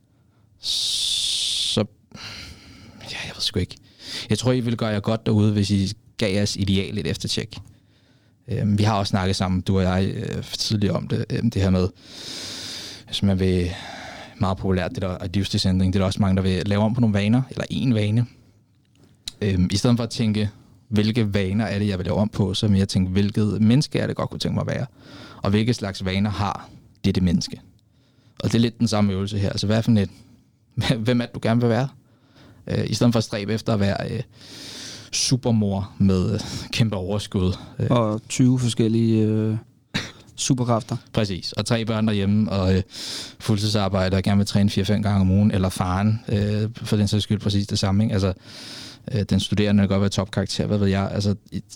så... Ja, jeg ved sgu ikke. Jeg tror, I ville gøre jer godt derude, hvis I gav jeres ideal et eftertjek. Øhm, vi har også snakket sammen, du og jeg, øh, tidligere om det, øh, det her med, hvis man vil... Meget populært, det der er livsstilsændring. Det er der også mange, der vil lave om på nogle vaner, eller en vane. Øhm, I stedet for at tænke, hvilke vaner er det, jeg vil lave om på, så vil jeg tænke, hvilket menneske er det, godt kunne tænke mig at være. Og hvilke slags vaner har dette menneske. Og det er lidt den samme øvelse her. Altså, hvad for et, hvem er det, du gerne vil være? Øh, I stedet for at stræbe efter at være øh, supermor med øh, kæmpe overskud. Øh. Og tyve forskellige... Øh superkræfter. Præcis. Og tre børn derhjemme, og øh, fuldtidsarbejde, og gerne vil træne fire fem gange om ugen, eller faren, øh, for den sags skyld præcis det samme. Ikke? Altså, øh, den studerende kan godt være topkarakter, hvad ved jeg. Altså,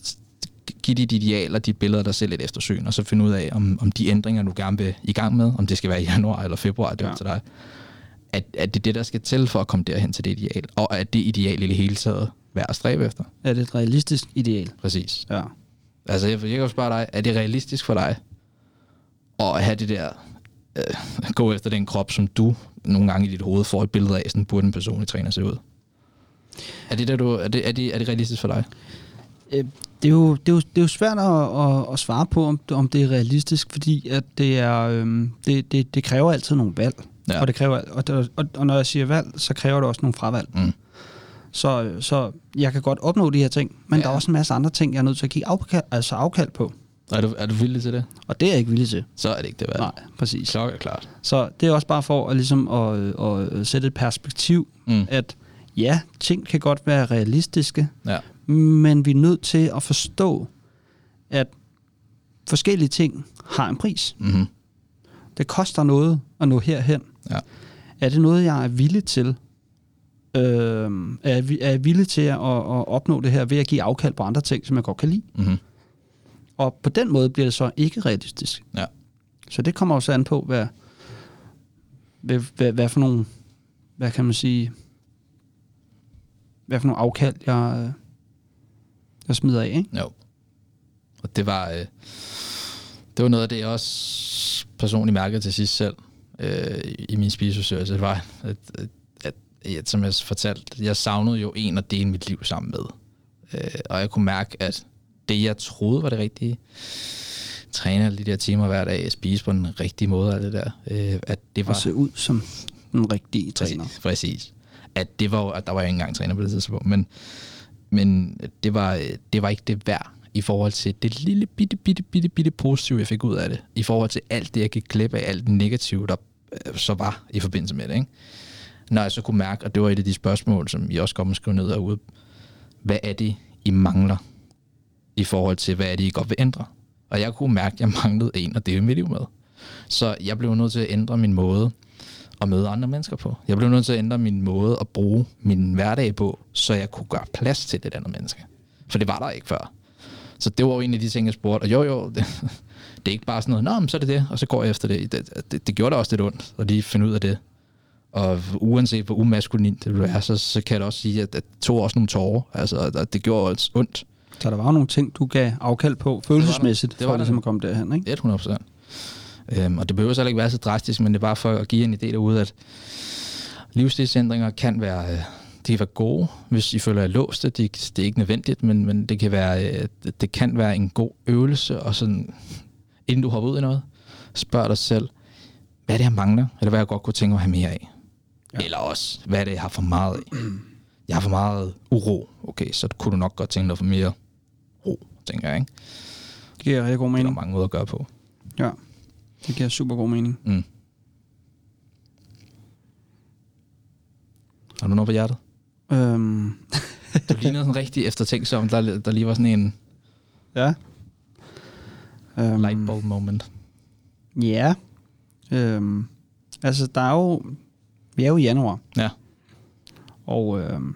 giv dit ideal og dit billeder dig selv et eftersyn, og så finde ud af, om, om de ændringer, du gerne vil i gang med, om det skal være i januar eller februar, det er ja. til dig, at, at det er det, der skal til for at komme derhen til det ideal, og at det ideal i det hele taget værd at stræbe efter. Er det et realistisk ideal? Præcis. Ja. Altså, jeg, jeg kan jo spørge dig, er det realistisk for dig, og at have det der, øh, gå efter den krop, som du nogle gange i dit hoved får et billede af, sådan burde en personlig træner se ud? Er det, der, du, er det, er det, er det realistisk for dig? Øh, det, er jo, det, er jo, det er jo svært at, at, at svare på, om, om det er realistisk, fordi at det, er, øhm, det, det, det kræver altid nogle valg. Ja. Og, det kræver, og, det, og, og når jeg siger valg, så kræver det også nogle fravalg. Mm. Så, så jeg kan godt opnå de her ting, men ja. der er også en masse andre ting, jeg er nødt til at give afkald, altså afkald på. Er du, er du villig til det? Og det er jeg ikke villig til. Så er det ikke det værd. Nej, præcis. Klokke er klart. Så det er også bare for at, ligesom at, at sætte et perspektiv, mm. at ja, ting kan godt være realistiske, ja. men vi er nødt til at forstå, at forskellige ting har en pris. Mm-hmm. Det koster noget at nå herhen. Ja. Er det noget, jeg er villig til? Øh, er, jeg, er jeg villig til at, at opnå det her ved at give afkald på andre ting, som jeg godt kan lide? Mm-hmm. Og på den måde bliver det så ikke realistisk. Ja. Så det kommer også an på, hvad, hvad, hvad, hvad for nogle, hvad kan man sige, hvad for nogle afkald, jeg, jeg smider af, ikke? Jo. Og det var, øh, det var noget af det, jeg også personligt mærkede til sidst selv øh, i min spiseforstyrrelse. Det var, at, at, at, at, som jeg fortalte, jeg savnede jo en at dele mit liv sammen med. Øh, og jeg kunne mærke, at det, jeg troede var det rigtige, træne alle de der timer hver dag, spise på den rigtige måde, alt det der, øh, at det var... Og se ud som den rigtige træner. Præcis, præcis. At det var at der var jeg ikke engang træner på det tidspunkt, men, men det, var, det var ikke det værd i forhold til det lille bitte, bitte, bitte, bitte positive, jeg fik ud af det, i forhold til alt det, jeg gik glip af, alt det negative, der øh, så var i forbindelse med det, ikke? Når jeg så kunne mærke, og det var et af de spørgsmål, som I også kommer og skrive ned derude, hvad er det, I mangler i forhold til, hvad er det, I godt vil ændre? Og jeg kunne mærke, at jeg manglede en at dele mit liv med. Så jeg blev nødt til at ændre min måde at møde andre mennesker på. Jeg blev nødt til at ændre min måde at bruge min hverdag på, så jeg kunne gøre plads til det andet menneske. For det var der ikke før. Så det var jo en af de ting, jeg spurgte. Og jo, jo, det, det er ikke bare sådan noget, nå, men så er det det, og så går jeg efter det. Det, det, det gjorde da også lidt ondt, at lige finde ud af det. Og uanset hvor umaskulint det er, så, så kan jeg da også sige, at det tog også nogle tårer. Altså, at det gjorde også ondt. Så der var nogle ting, du gav afkald på, følelsesmæssigt, det var for ligesom at komme derhen, ikke? hundrede procent. Øhm, og det behøver så ikke være så drastisk, men det er bare for at give en idé derude, at livsstilsændringer kan være, øh, de kan være gode, hvis I føler jer låste. Det, det er ikke nødvendigt, men, men det, kan være, øh, det kan være en god øvelse, og sådan, inden du hopper ud i noget, spørg dig selv, hvad er det, jeg mangler, eller hvad jeg godt kunne tænke mig at have mere af. Ja. Eller også, hvad er det, jeg har for meget af. Jeg har for meget uro. Okay, så kunne du nok godt tænke dig for mere ro, tænker jeg, ikke? Det giver rigtig god mening. Det er der mange måder at gøre på. Ja, det giver super god mening. Mm. Har du noget på hjertet? Øhm. Du lignede sådan rigtig eftertænksom, der, der lige var sådan en ja. Øhm. lightbulb moment. Ja. Øhm. Altså, der er jo... Vi er jo i januar. Ja. Og, øhm,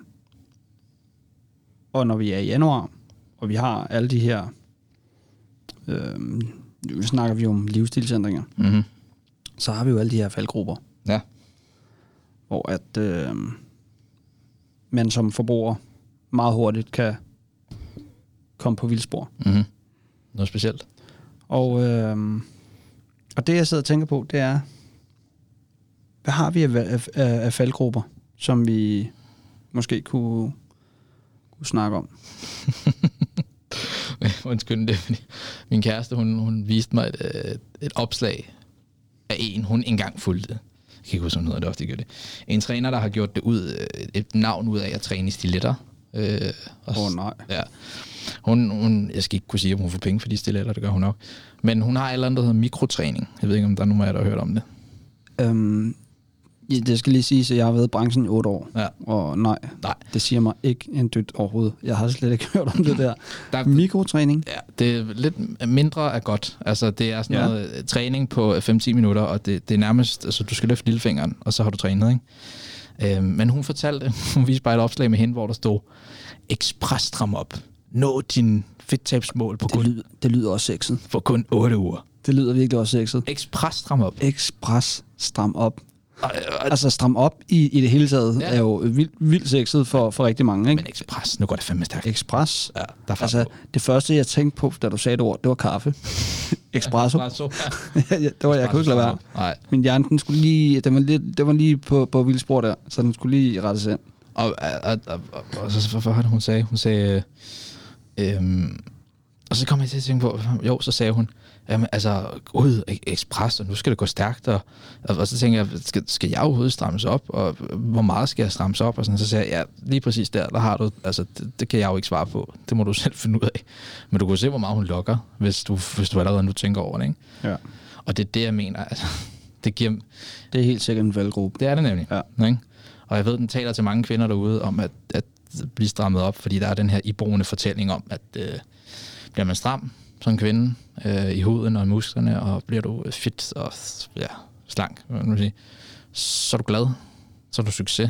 og når vi er i januar, og vi har alle de her... Øhm, nu snakker vi om livsstilsændringer. Mm-hmm. Så har vi jo alle de her faldgrupper. Ja. Hvor at øhm, man som forbruger meget hurtigt kan komme på vildspor. Mm-hmm. Noget specielt. Og, øhm, og det, jeg sidder og tænker på, det er... Hvad har vi af, af, af faldgrupper, som vi måske kunne, kunne snakke om? Undskyld, det er, fordi min kæreste, hun, hun viste mig et, et, et opslag af en, hun engang fulgte. Jeg kan ikke huske, om hun hedder det ofte, det. En træner, der har gjort det ud, et navn ud af at træne i stiletter. Åh øh, oh, nej. Ja. Hun, hun, jeg skal ikke kunne sige, om hun får penge for de stiletter, det gør hun nok. Men hun har et eller andet, der hedder mikrotræning. Jeg ved ikke, om der er nogen af jer, der har hørt om det. Um, ja, det skal lige sige, at jeg har været i branchen i otte år. Ja. Og nej, nej, det siger mig ikke en dyt overhovedet. Jeg har slet ikke hørt om det der. der Mikrotræning? Ja, det er lidt mindre er godt. Altså, det er sådan ja. noget træning på fem til ti minutter, og det, det er nærmest, altså, du skal løfte lillefingeren, og så har du trænet, ikke? Øhm, men hun fortalte, hun viste bare et opslag med hende, hvor der stod, ekspres stram op. Nå din fedttabsmål på det kun... Lyder, det lyder også sexet. For kun otte uger. Det lyder virkelig også sexet. Ekspres stram op. Ekspres stram op. Altså stram op i, i det hele taget ja. er jo vildt, vildt sexet for, for rigtig mange, ikke? Men ekspres, nu går det fandme stærkt. Ekspres? Ja, der er altså, det første, jeg tænkte på, da du sagde det ord, det var kaffe. Espresso. Ja, ja. ja, det var, jeg kunne ikke lade være. Nej. Min hjerne, den skulle lige, den var lige, den var lige på, på vildspor der, så den skulle lige rettes ind. Og, og, og, og, og så, hvad var det, hun sagde? Hun sagde, øhm, og så kom jeg til at tænke på, jo, så sagde hun, jamen, altså, ud ekspres, og nu skal det gå stærkt, og, og så tænker jeg, skal, skal jeg overhovedet strammes op, og hvor meget skal jeg strammes op, og sådan, så sagde jeg, ja, lige præcis der, der har du, altså, det, det kan jeg jo ikke svare på, det må du selv finde ud af, men du kan se, hvor meget hun lokker, hvis du, hvis du allerede nu tænker over det, ikke? Ja. Og det er det, jeg mener, altså, det giver... Det er helt sikkert en valggruppe. Det er det nemlig, ja. Ikke? Og jeg ved, den taler til mange kvinder derude, om at, at blive strammet op, fordi der er den her iboende fortælling om, at øh, bliver man stram, som en kvinde, øh, i huden og i musklerne, og bliver du fit og ja, slank, hvad man sige, så er du glad, så er du succes,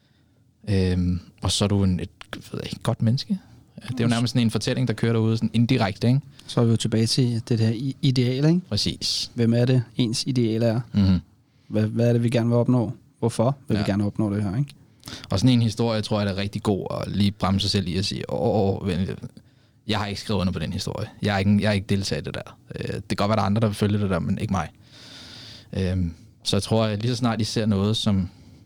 øhm, og så er du en, et, ved jeg, et godt menneske. Det er jo nærmest sådan en fortælling, der kører derude sådan indirekte, ikke? Så er vi jo tilbage til det her ideal, ikke? Præcis. Hvem er det, ens ideal er? Mm-hmm. Hvad, hvad er det, vi gerne vil opnå? Hvorfor vil ja. vi gerne opnå det her, ikke? Og sådan en historie, tror jeg, er rigtig god at lige bremse sig selv i at sige, åh, åh, jeg har ikke skrevet under på den historie. Jeg er ikke, jeg er ikke deltaget i det der. Det kan godt være, der er andre, der vil følge det der, men ikke mig. Så jeg tror, at lige så snart I ser noget, som...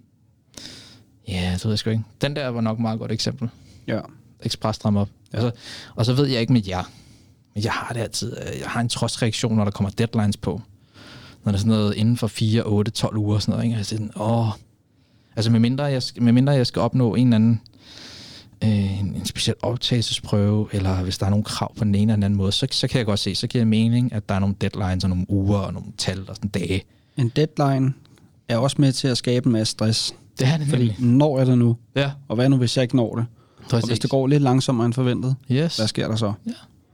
Ja, det ved jeg sgu ikke. Den der var nok et meget godt eksempel. Ja. Ekspres stram op. Ja. Og, så, og så ved jeg ikke med jer. Men jeg har det altid. Jeg har en trodsreaktion, når der kommer deadlines på. Når der er sådan noget inden for fire, otte, tolv uger og sådan noget. Ikke? Jeg siger sådan, åh... Altså med mindre, jeg, med mindre jeg skal opnå en eller anden øh, en, en speciel optagelsesprøve, eller hvis der er nogle krav på den ene eller den anden måde, så, så kan jeg godt se, så giver det mening, at der er nogle deadlines og nogle uger og nogle tal og sådan dage. En deadline er også med til at skabe en masse stress. Det er det Fordi nemlig. Når er det nu? Ja. Og hvad nu, hvis jeg ikke når det? Præcis. Og hvis det går lidt langsommere end forventet, yes. hvad sker der så? Ja.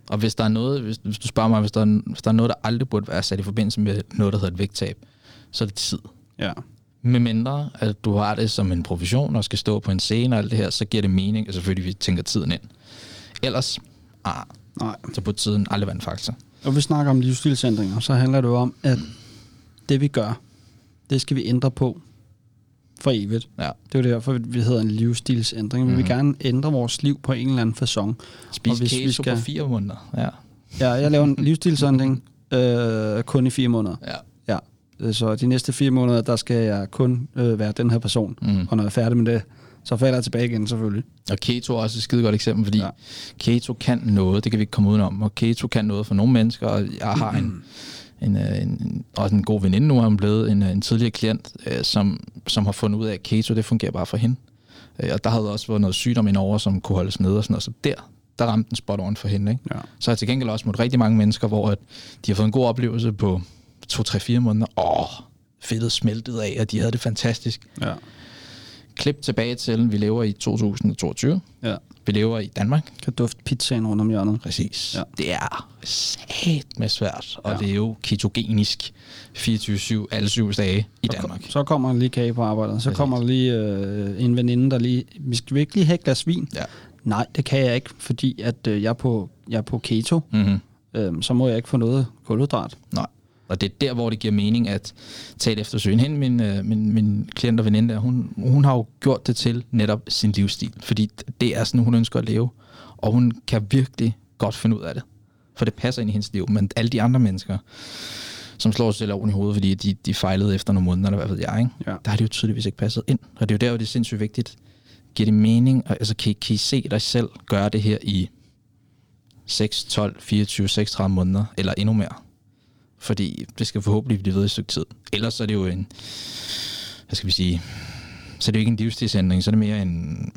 Og hvis der er noget, hvis, hvis du spørger mig, hvis der, er, hvis der er noget, der aldrig burde være sat i forbindelse med noget, der hedder et vægttab, så er det tid. Ja. Med mindre, at du har det som en profession og skal stå på en scene og alt det her, så giver det mening, og selvfølgelig vi tænker tiden ind. Ellers, ah, Nej. så burde tiden aldrig være en faktor. Og vi snakker om livsstilsændringer, så handler det jo om, at det vi gør, det skal vi ændre på for evigt. Ja. Det er jo derfor, vi hedder en livsstilsændring. Vi vil gerne ændre vores liv på en eller anden facon. Spis og hvis keto vi skal... på fire måneder. Ja. Ja, jeg laver en livsstilsændring øh, kun i fire måneder. Ja. Ja. Så de næste fire måneder, der skal jeg kun øh, være den her person. Mm. Og når jeg er færdig med det, så falder jeg tilbage igen selvfølgelig. Og keto er også et skide godt eksempel, fordi ja. keto kan noget, det kan vi ikke komme udenom. Og keto kan noget for nogle mennesker, og jeg har en, en, en, en også en god veninde nu, har hun blevet en, en tidligere klient, øh, som, som har fundet ud af, at keto, det fungerer bare for hende. Øh, og der havde også været noget sygdom indover, som kunne holdes nede og sådan noget, så der, der ramte den spot on for hende. Ikke? Ja. Så har jeg til gengæld også mødt rigtig mange mennesker, hvor at de har fået en god oplevelse på to, tre, fire måneder. Åh, fedtet smeltet af, og de havde det fantastisk. Ja. Klip tilbage til, vi lever i to tusind og toogtyve. Ja. Vi lever i Danmark. Kan dufte pizzaen rundt om hjørnet. Præcis. Ja. Det er satme svært at ja. leve ketogenisk fireogtyve syv alle syv dage i så, Danmark. Så kommer der lige kage på arbejdet. Så Præcis. kommer der lige øh, en veninde, der lige... Vi skal ikke lige have et glas vin? Ja. Nej, det kan jeg ikke, fordi at, øh, jeg, er på, jeg er på keto. Mm-hmm. Øhm, så må jeg ikke få noget kulhydrat. Nej. Og det er der, hvor det giver mening at tage et eftersøg. Hende, min, min, min klient og veninde der, hun, hun har jo gjort det til netop sin livsstil. Fordi det er sådan, hun ønsker at leve. Og hun kan virkelig godt finde ud af det. For det passer ind i hendes liv. Men alle de andre mennesker, som slår sig selv oven i hovedet, fordi de, de fejlede efter nogle måneder, eller hvad ved jeg, ikke? Ja. Der har det jo tydeligvis ikke passet ind. Og det er jo der, hvor det er sindssygt vigtigt. Giver det mening? Altså, kan I, kan I se dig selv gøre det her i seks, tolv, fireogtyve, seksogtredive måneder, eller endnu mere? Fordi det skal forhåbentlig blive ved i et stykke tid. Ellers er det jo en, hvad skal vi sige, så er det jo ikke en livsstilsændring, så er det mere en,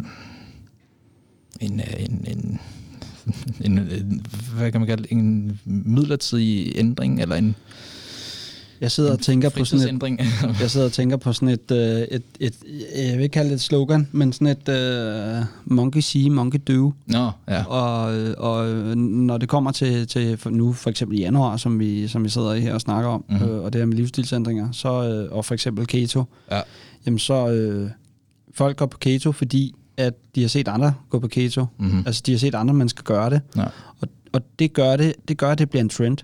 en, en, en, en, en hvad kan man kalde det, en midlertidig ændring, eller en Jeg sidder og tænker på sådan et, jeg sidder og tænker på sådan et, et, et, et, jeg vil ikke kalde det et slogan, men sådan et uh, monkey see, monkey do. Nå, ja. Og, og når det kommer til, til for nu for eksempel i januar, som vi, som vi sidder i her og snakker om, mm-hmm. øh, og det her med livsstilsændringer, så, øh, og for eksempel keto, ja. jamen så øh, folk går på keto, fordi at de har set andre gå på keto. Mm-hmm. Altså de har set andre mennesker gøre det. Ja. Og, og det gør det, det gør, at det bliver en trend.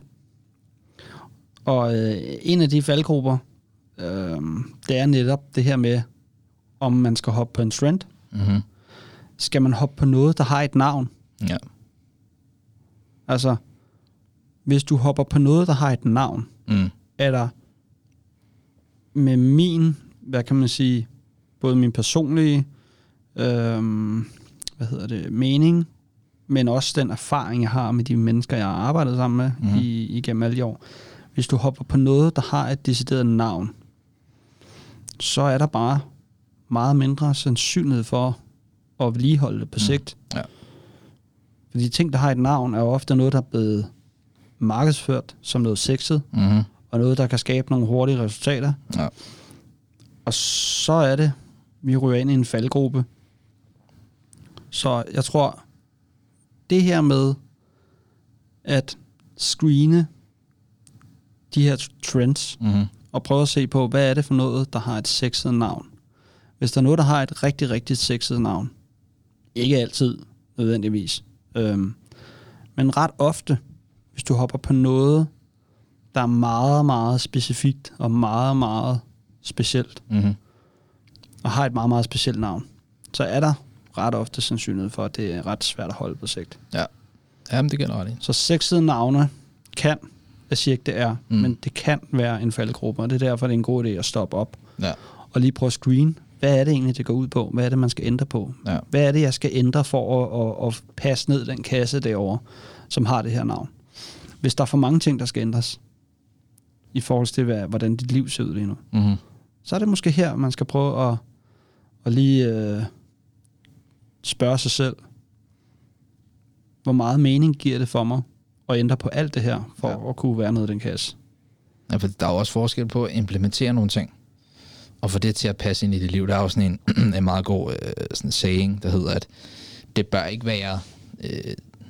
Og øh, en af de faldgrupper, øh, det er netop det her med, om man skal hoppe på en trend. Mm-hmm. Skal man hoppe på noget, der har et navn? Ja. Altså, hvis du hopper på noget, der har et navn, mm. er der med min, hvad kan man sige, både min personlige, øh, hvad hedder det, mening, men også den erfaring, jeg har med de mennesker, jeg har arbejdet sammen med mm. i, igennem alle de år. Hvis du hopper på noget, der har et decideret navn, så er der bare meget mindre sandsynlighed for at vedligeholde det på sigt. Mm. Ja. Fordi ting, der har et navn, er jo ofte noget, der er blevet markedsført som noget sexet, mm-hmm. og noget, der kan skabe nogle hurtige resultater. Ja. Og så er det, vi ryger ind i en faldgruppe. Så jeg tror, det her med at screene de her trends, mm-hmm. og prøve at se på, hvad er det for noget, der har et sexet navn. Hvis der er noget, der har et rigtig, rigtig sexet navn, ikke altid nødvendigvis, øhm, men ret ofte, hvis du hopper på noget, der er meget, meget specifikt, og meget, meget specielt, mm-hmm. og har et meget, meget specielt navn, så er der ret ofte sandsynlighed for, at det er ret svært at holde på sigt. Ja, jamen det gælder ret i. Så sexede navne kan, jeg siger ikke det er, mm. men det kan være en faldgruppe, og det er derfor, det er en god idé at stoppe op, ja. og lige prøve at screen, hvad er det egentlig, det går ud på? Hvad er det, man skal ændre på? Ja. Hvad er det, jeg skal ændre for at, at, at passe ned den kasse derovre, som har det her navn? Hvis der er for mange ting, der skal ændres, i forhold til, hvad, hvordan dit liv ser ud lige nu, mm-hmm. så er det måske her, man skal prøve at, at lige øh, spørge sig selv, hvor meget mening giver det for mig at ændre på alt det her, for ja. at kunne være nede i den kasse. Ja, for der er også forskel på at implementere nogle ting, og få det til at passe ind i dit liv. Der er jo sådan en, en meget god øh, sådan saying, der hedder, at det bør ikke være øh,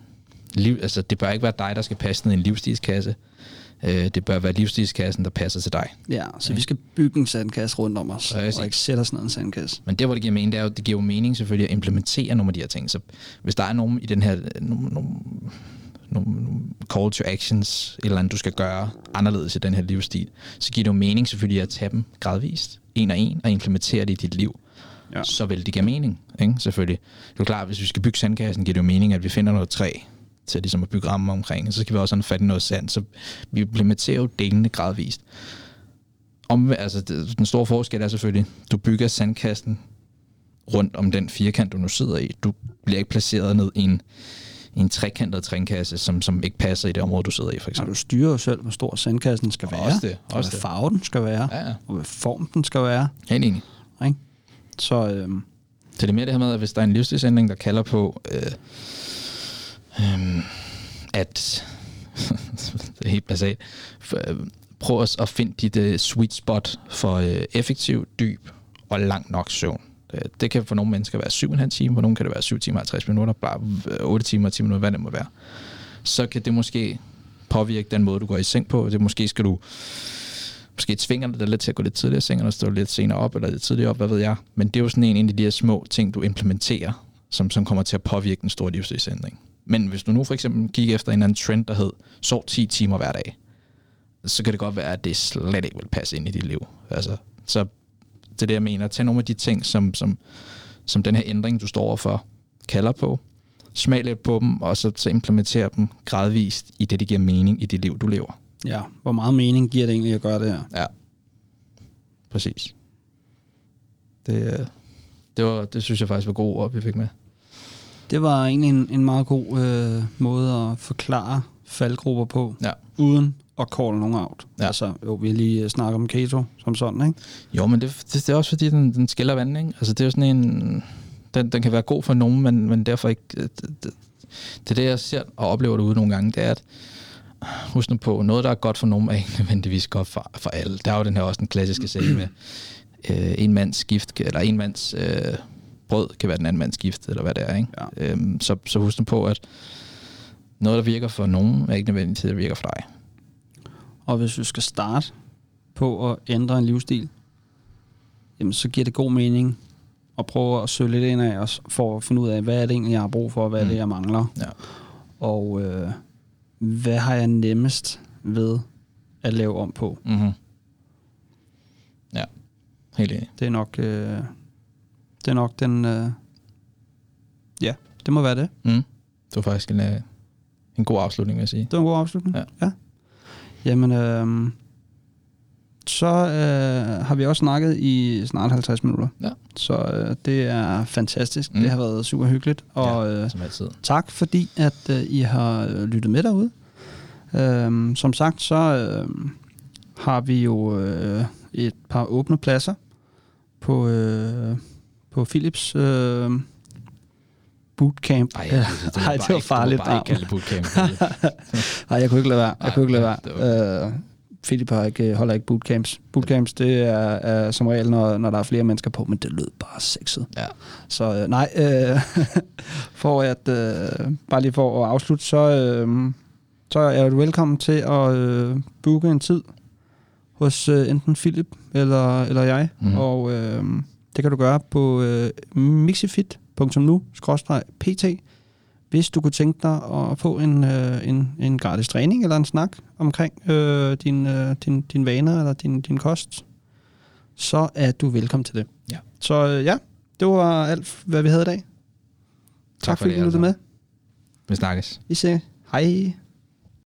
liv, altså, det bør ikke være dig, der skal passe ned i en livsstilskasse. Øh, det bør være livsstilskassen, der passer til dig. Ja, så ja. Vi skal bygge en sandkasse rundt om os, og ikke sætte os ned i en sandkasse. Men det, hvor det giver mening, det er jo, det giver jo mening selvfølgelig at implementere nogle af de her ting. Så hvis der er nogen i den her, nogle, nogle, nogle call to actions, et eller andet, du skal gøre anderledes i den her livsstil, så giver det jo mening selvfølgelig at tage dem gradvist, en og en, og implementere det i dit liv. Ja. Så vil det give mening, ikke? Selvfølgelig. Det er jo klart, hvis vi skal bygge sandkassen, giver det jo mening, at vi finder noget træ til ligesom at bygge rammer omkring, og så skal vi også have fat i noget sand, så vi implementerer jo delene gradvist. Om, altså, det, den store forskel er selvfølgelig, du bygger sandkassen rundt om den firkant, du nu sidder i. Du bliver ikke placeret ned i en, i en trekantet trinkasse, som, som ikke passer i det område, du sidder i, for eksempel. Og du styrer jo selv, hvor stor sandkassen skal være, også det, også og hvad det. farve den skal være, ja, ja. Og hvad form den skal være. Helt enig. Ikke? Så, øhm. så det er mere det her med, at hvis der er en livsstilsændring, der kalder på øh, øh, at det er helt basalt, prøv at finde dit uh, sweet spot for uh, effektiv, dyb og lang nok søvn. Det, det kan for nogle mennesker være syv og en halv time, for nogle kan det være syv timer og halvtreds minutter, bare otte timer og ti minutter, hvad det må være. Så kan det måske påvirke den måde, du går i seng på. Det måske skal du måske tvinger dig lidt til at gå lidt tidligere i seng, eller stå lidt senere op, eller lidt tidligere op, hvad ved jeg. Men det er jo sådan en, en af de her små ting, du implementerer, som, som kommer til at påvirke den store livsstilsændring. Men hvis du nu for eksempel kigger efter en anden trend, der hed, sov ti timer hver dag, så kan det godt være, at det slet ikke vil passe ind i dit liv. Altså, så det er det, jeg mener. Tag nogle af de ting, som, som, som den her ændring, du står overfor, kalder på. Smag lidt på dem, og så, så implementere dem gradvist i det, det giver mening i det liv, du lever. Ja, hvor meget mening giver det egentlig at gøre det her? Ja, præcis. Det, det, var, det synes jeg faktisk var gode ord, vi fik med. Det var egentlig en, en meget god øh, måde at forklare faldgrupper på, ja. Uden at call nogen out. Ja. Altså, jo, vi har lige snakket om keto som sådan, ikke? Jo, men det, det, det er også fordi, den, den skiller vand, ikke? Altså, det er jo sådan en... Den, den kan være god for nogen, men, men derfor ikke... Det, det, det er det, jeg ser og oplever derude nogle gange, det er, at husk nu på, noget, der er godt for nogen, er ikke nødvendigvis godt for, for alle. Der er jo den her også den klassiske sag med øh, en mands gift, eller en mands øh, brød kan være den anden mands gift, eller hvad det er, ikke? Ja. Øhm, så, så husk nu på, at noget, der virker for nogen, er ikke nødvendigvis, at det virker for dig. Og hvis du skal starte på at ændre en livsstil, jamen, så giver det god mening at prøve at søge lidt ind af os, for at finde ud af, hvad er det egentlig, jeg har brug for, og hvad mm. er det, jeg mangler. Ja. Og øh, hvad har jeg nemmest ved at lave om på? Mm-hmm. Ja, helt enig. Det er nok, øh, det er nok den... Øh, ja, det må være det. Mm. Det var faktisk en, øh, en god afslutning, vil jeg sige. Det var en god afslutning? Ja. Ja. Jamen, øh, så øh, har vi også snakket i snart halvtreds minutter. Ja. Så øh, det er fantastisk. Mm. Det har været super hyggeligt. Og ja, øh, som altid. Tak fordi, at øh, I har lyttet med derude. Øh, som sagt, så øh, har vi jo øh, et par åbne pladser på, øh, på Philips øh, bootcamp. Ej, det, det, det, Ej, det var farligt. Det var bare ikke kalde bootcamp. Nej, jeg kunne ikke lade være. Jeg Ej, kunne ikke lade være. være. Øh, Philip har ikke, holder ikke bootcamps. Bootcamps, det er, er som regel, når, når der er flere mennesker på, men det lød bare sexet. Ja. Så øh, nej, øh, for at, øh, bare lige for at afslutte, så, øh, så er du velkommen til at øh, booke en tid hos øh, enten Philip eller, eller jeg, mm. og øh, det kan du gøre på øh, mixifit punktum nu skråstreg p t, hvis du kunne tænke dig at få en, øh, en, en gratis træning eller en snak omkring øh, din, øh, din, din vaner eller din, din kost, så er du velkommen til det. Ja. Så øh, ja, det var alt, hvad vi havde i dag. Tak, tak fordi du lyttede med. Vi snakkes. Vi ses. Hej.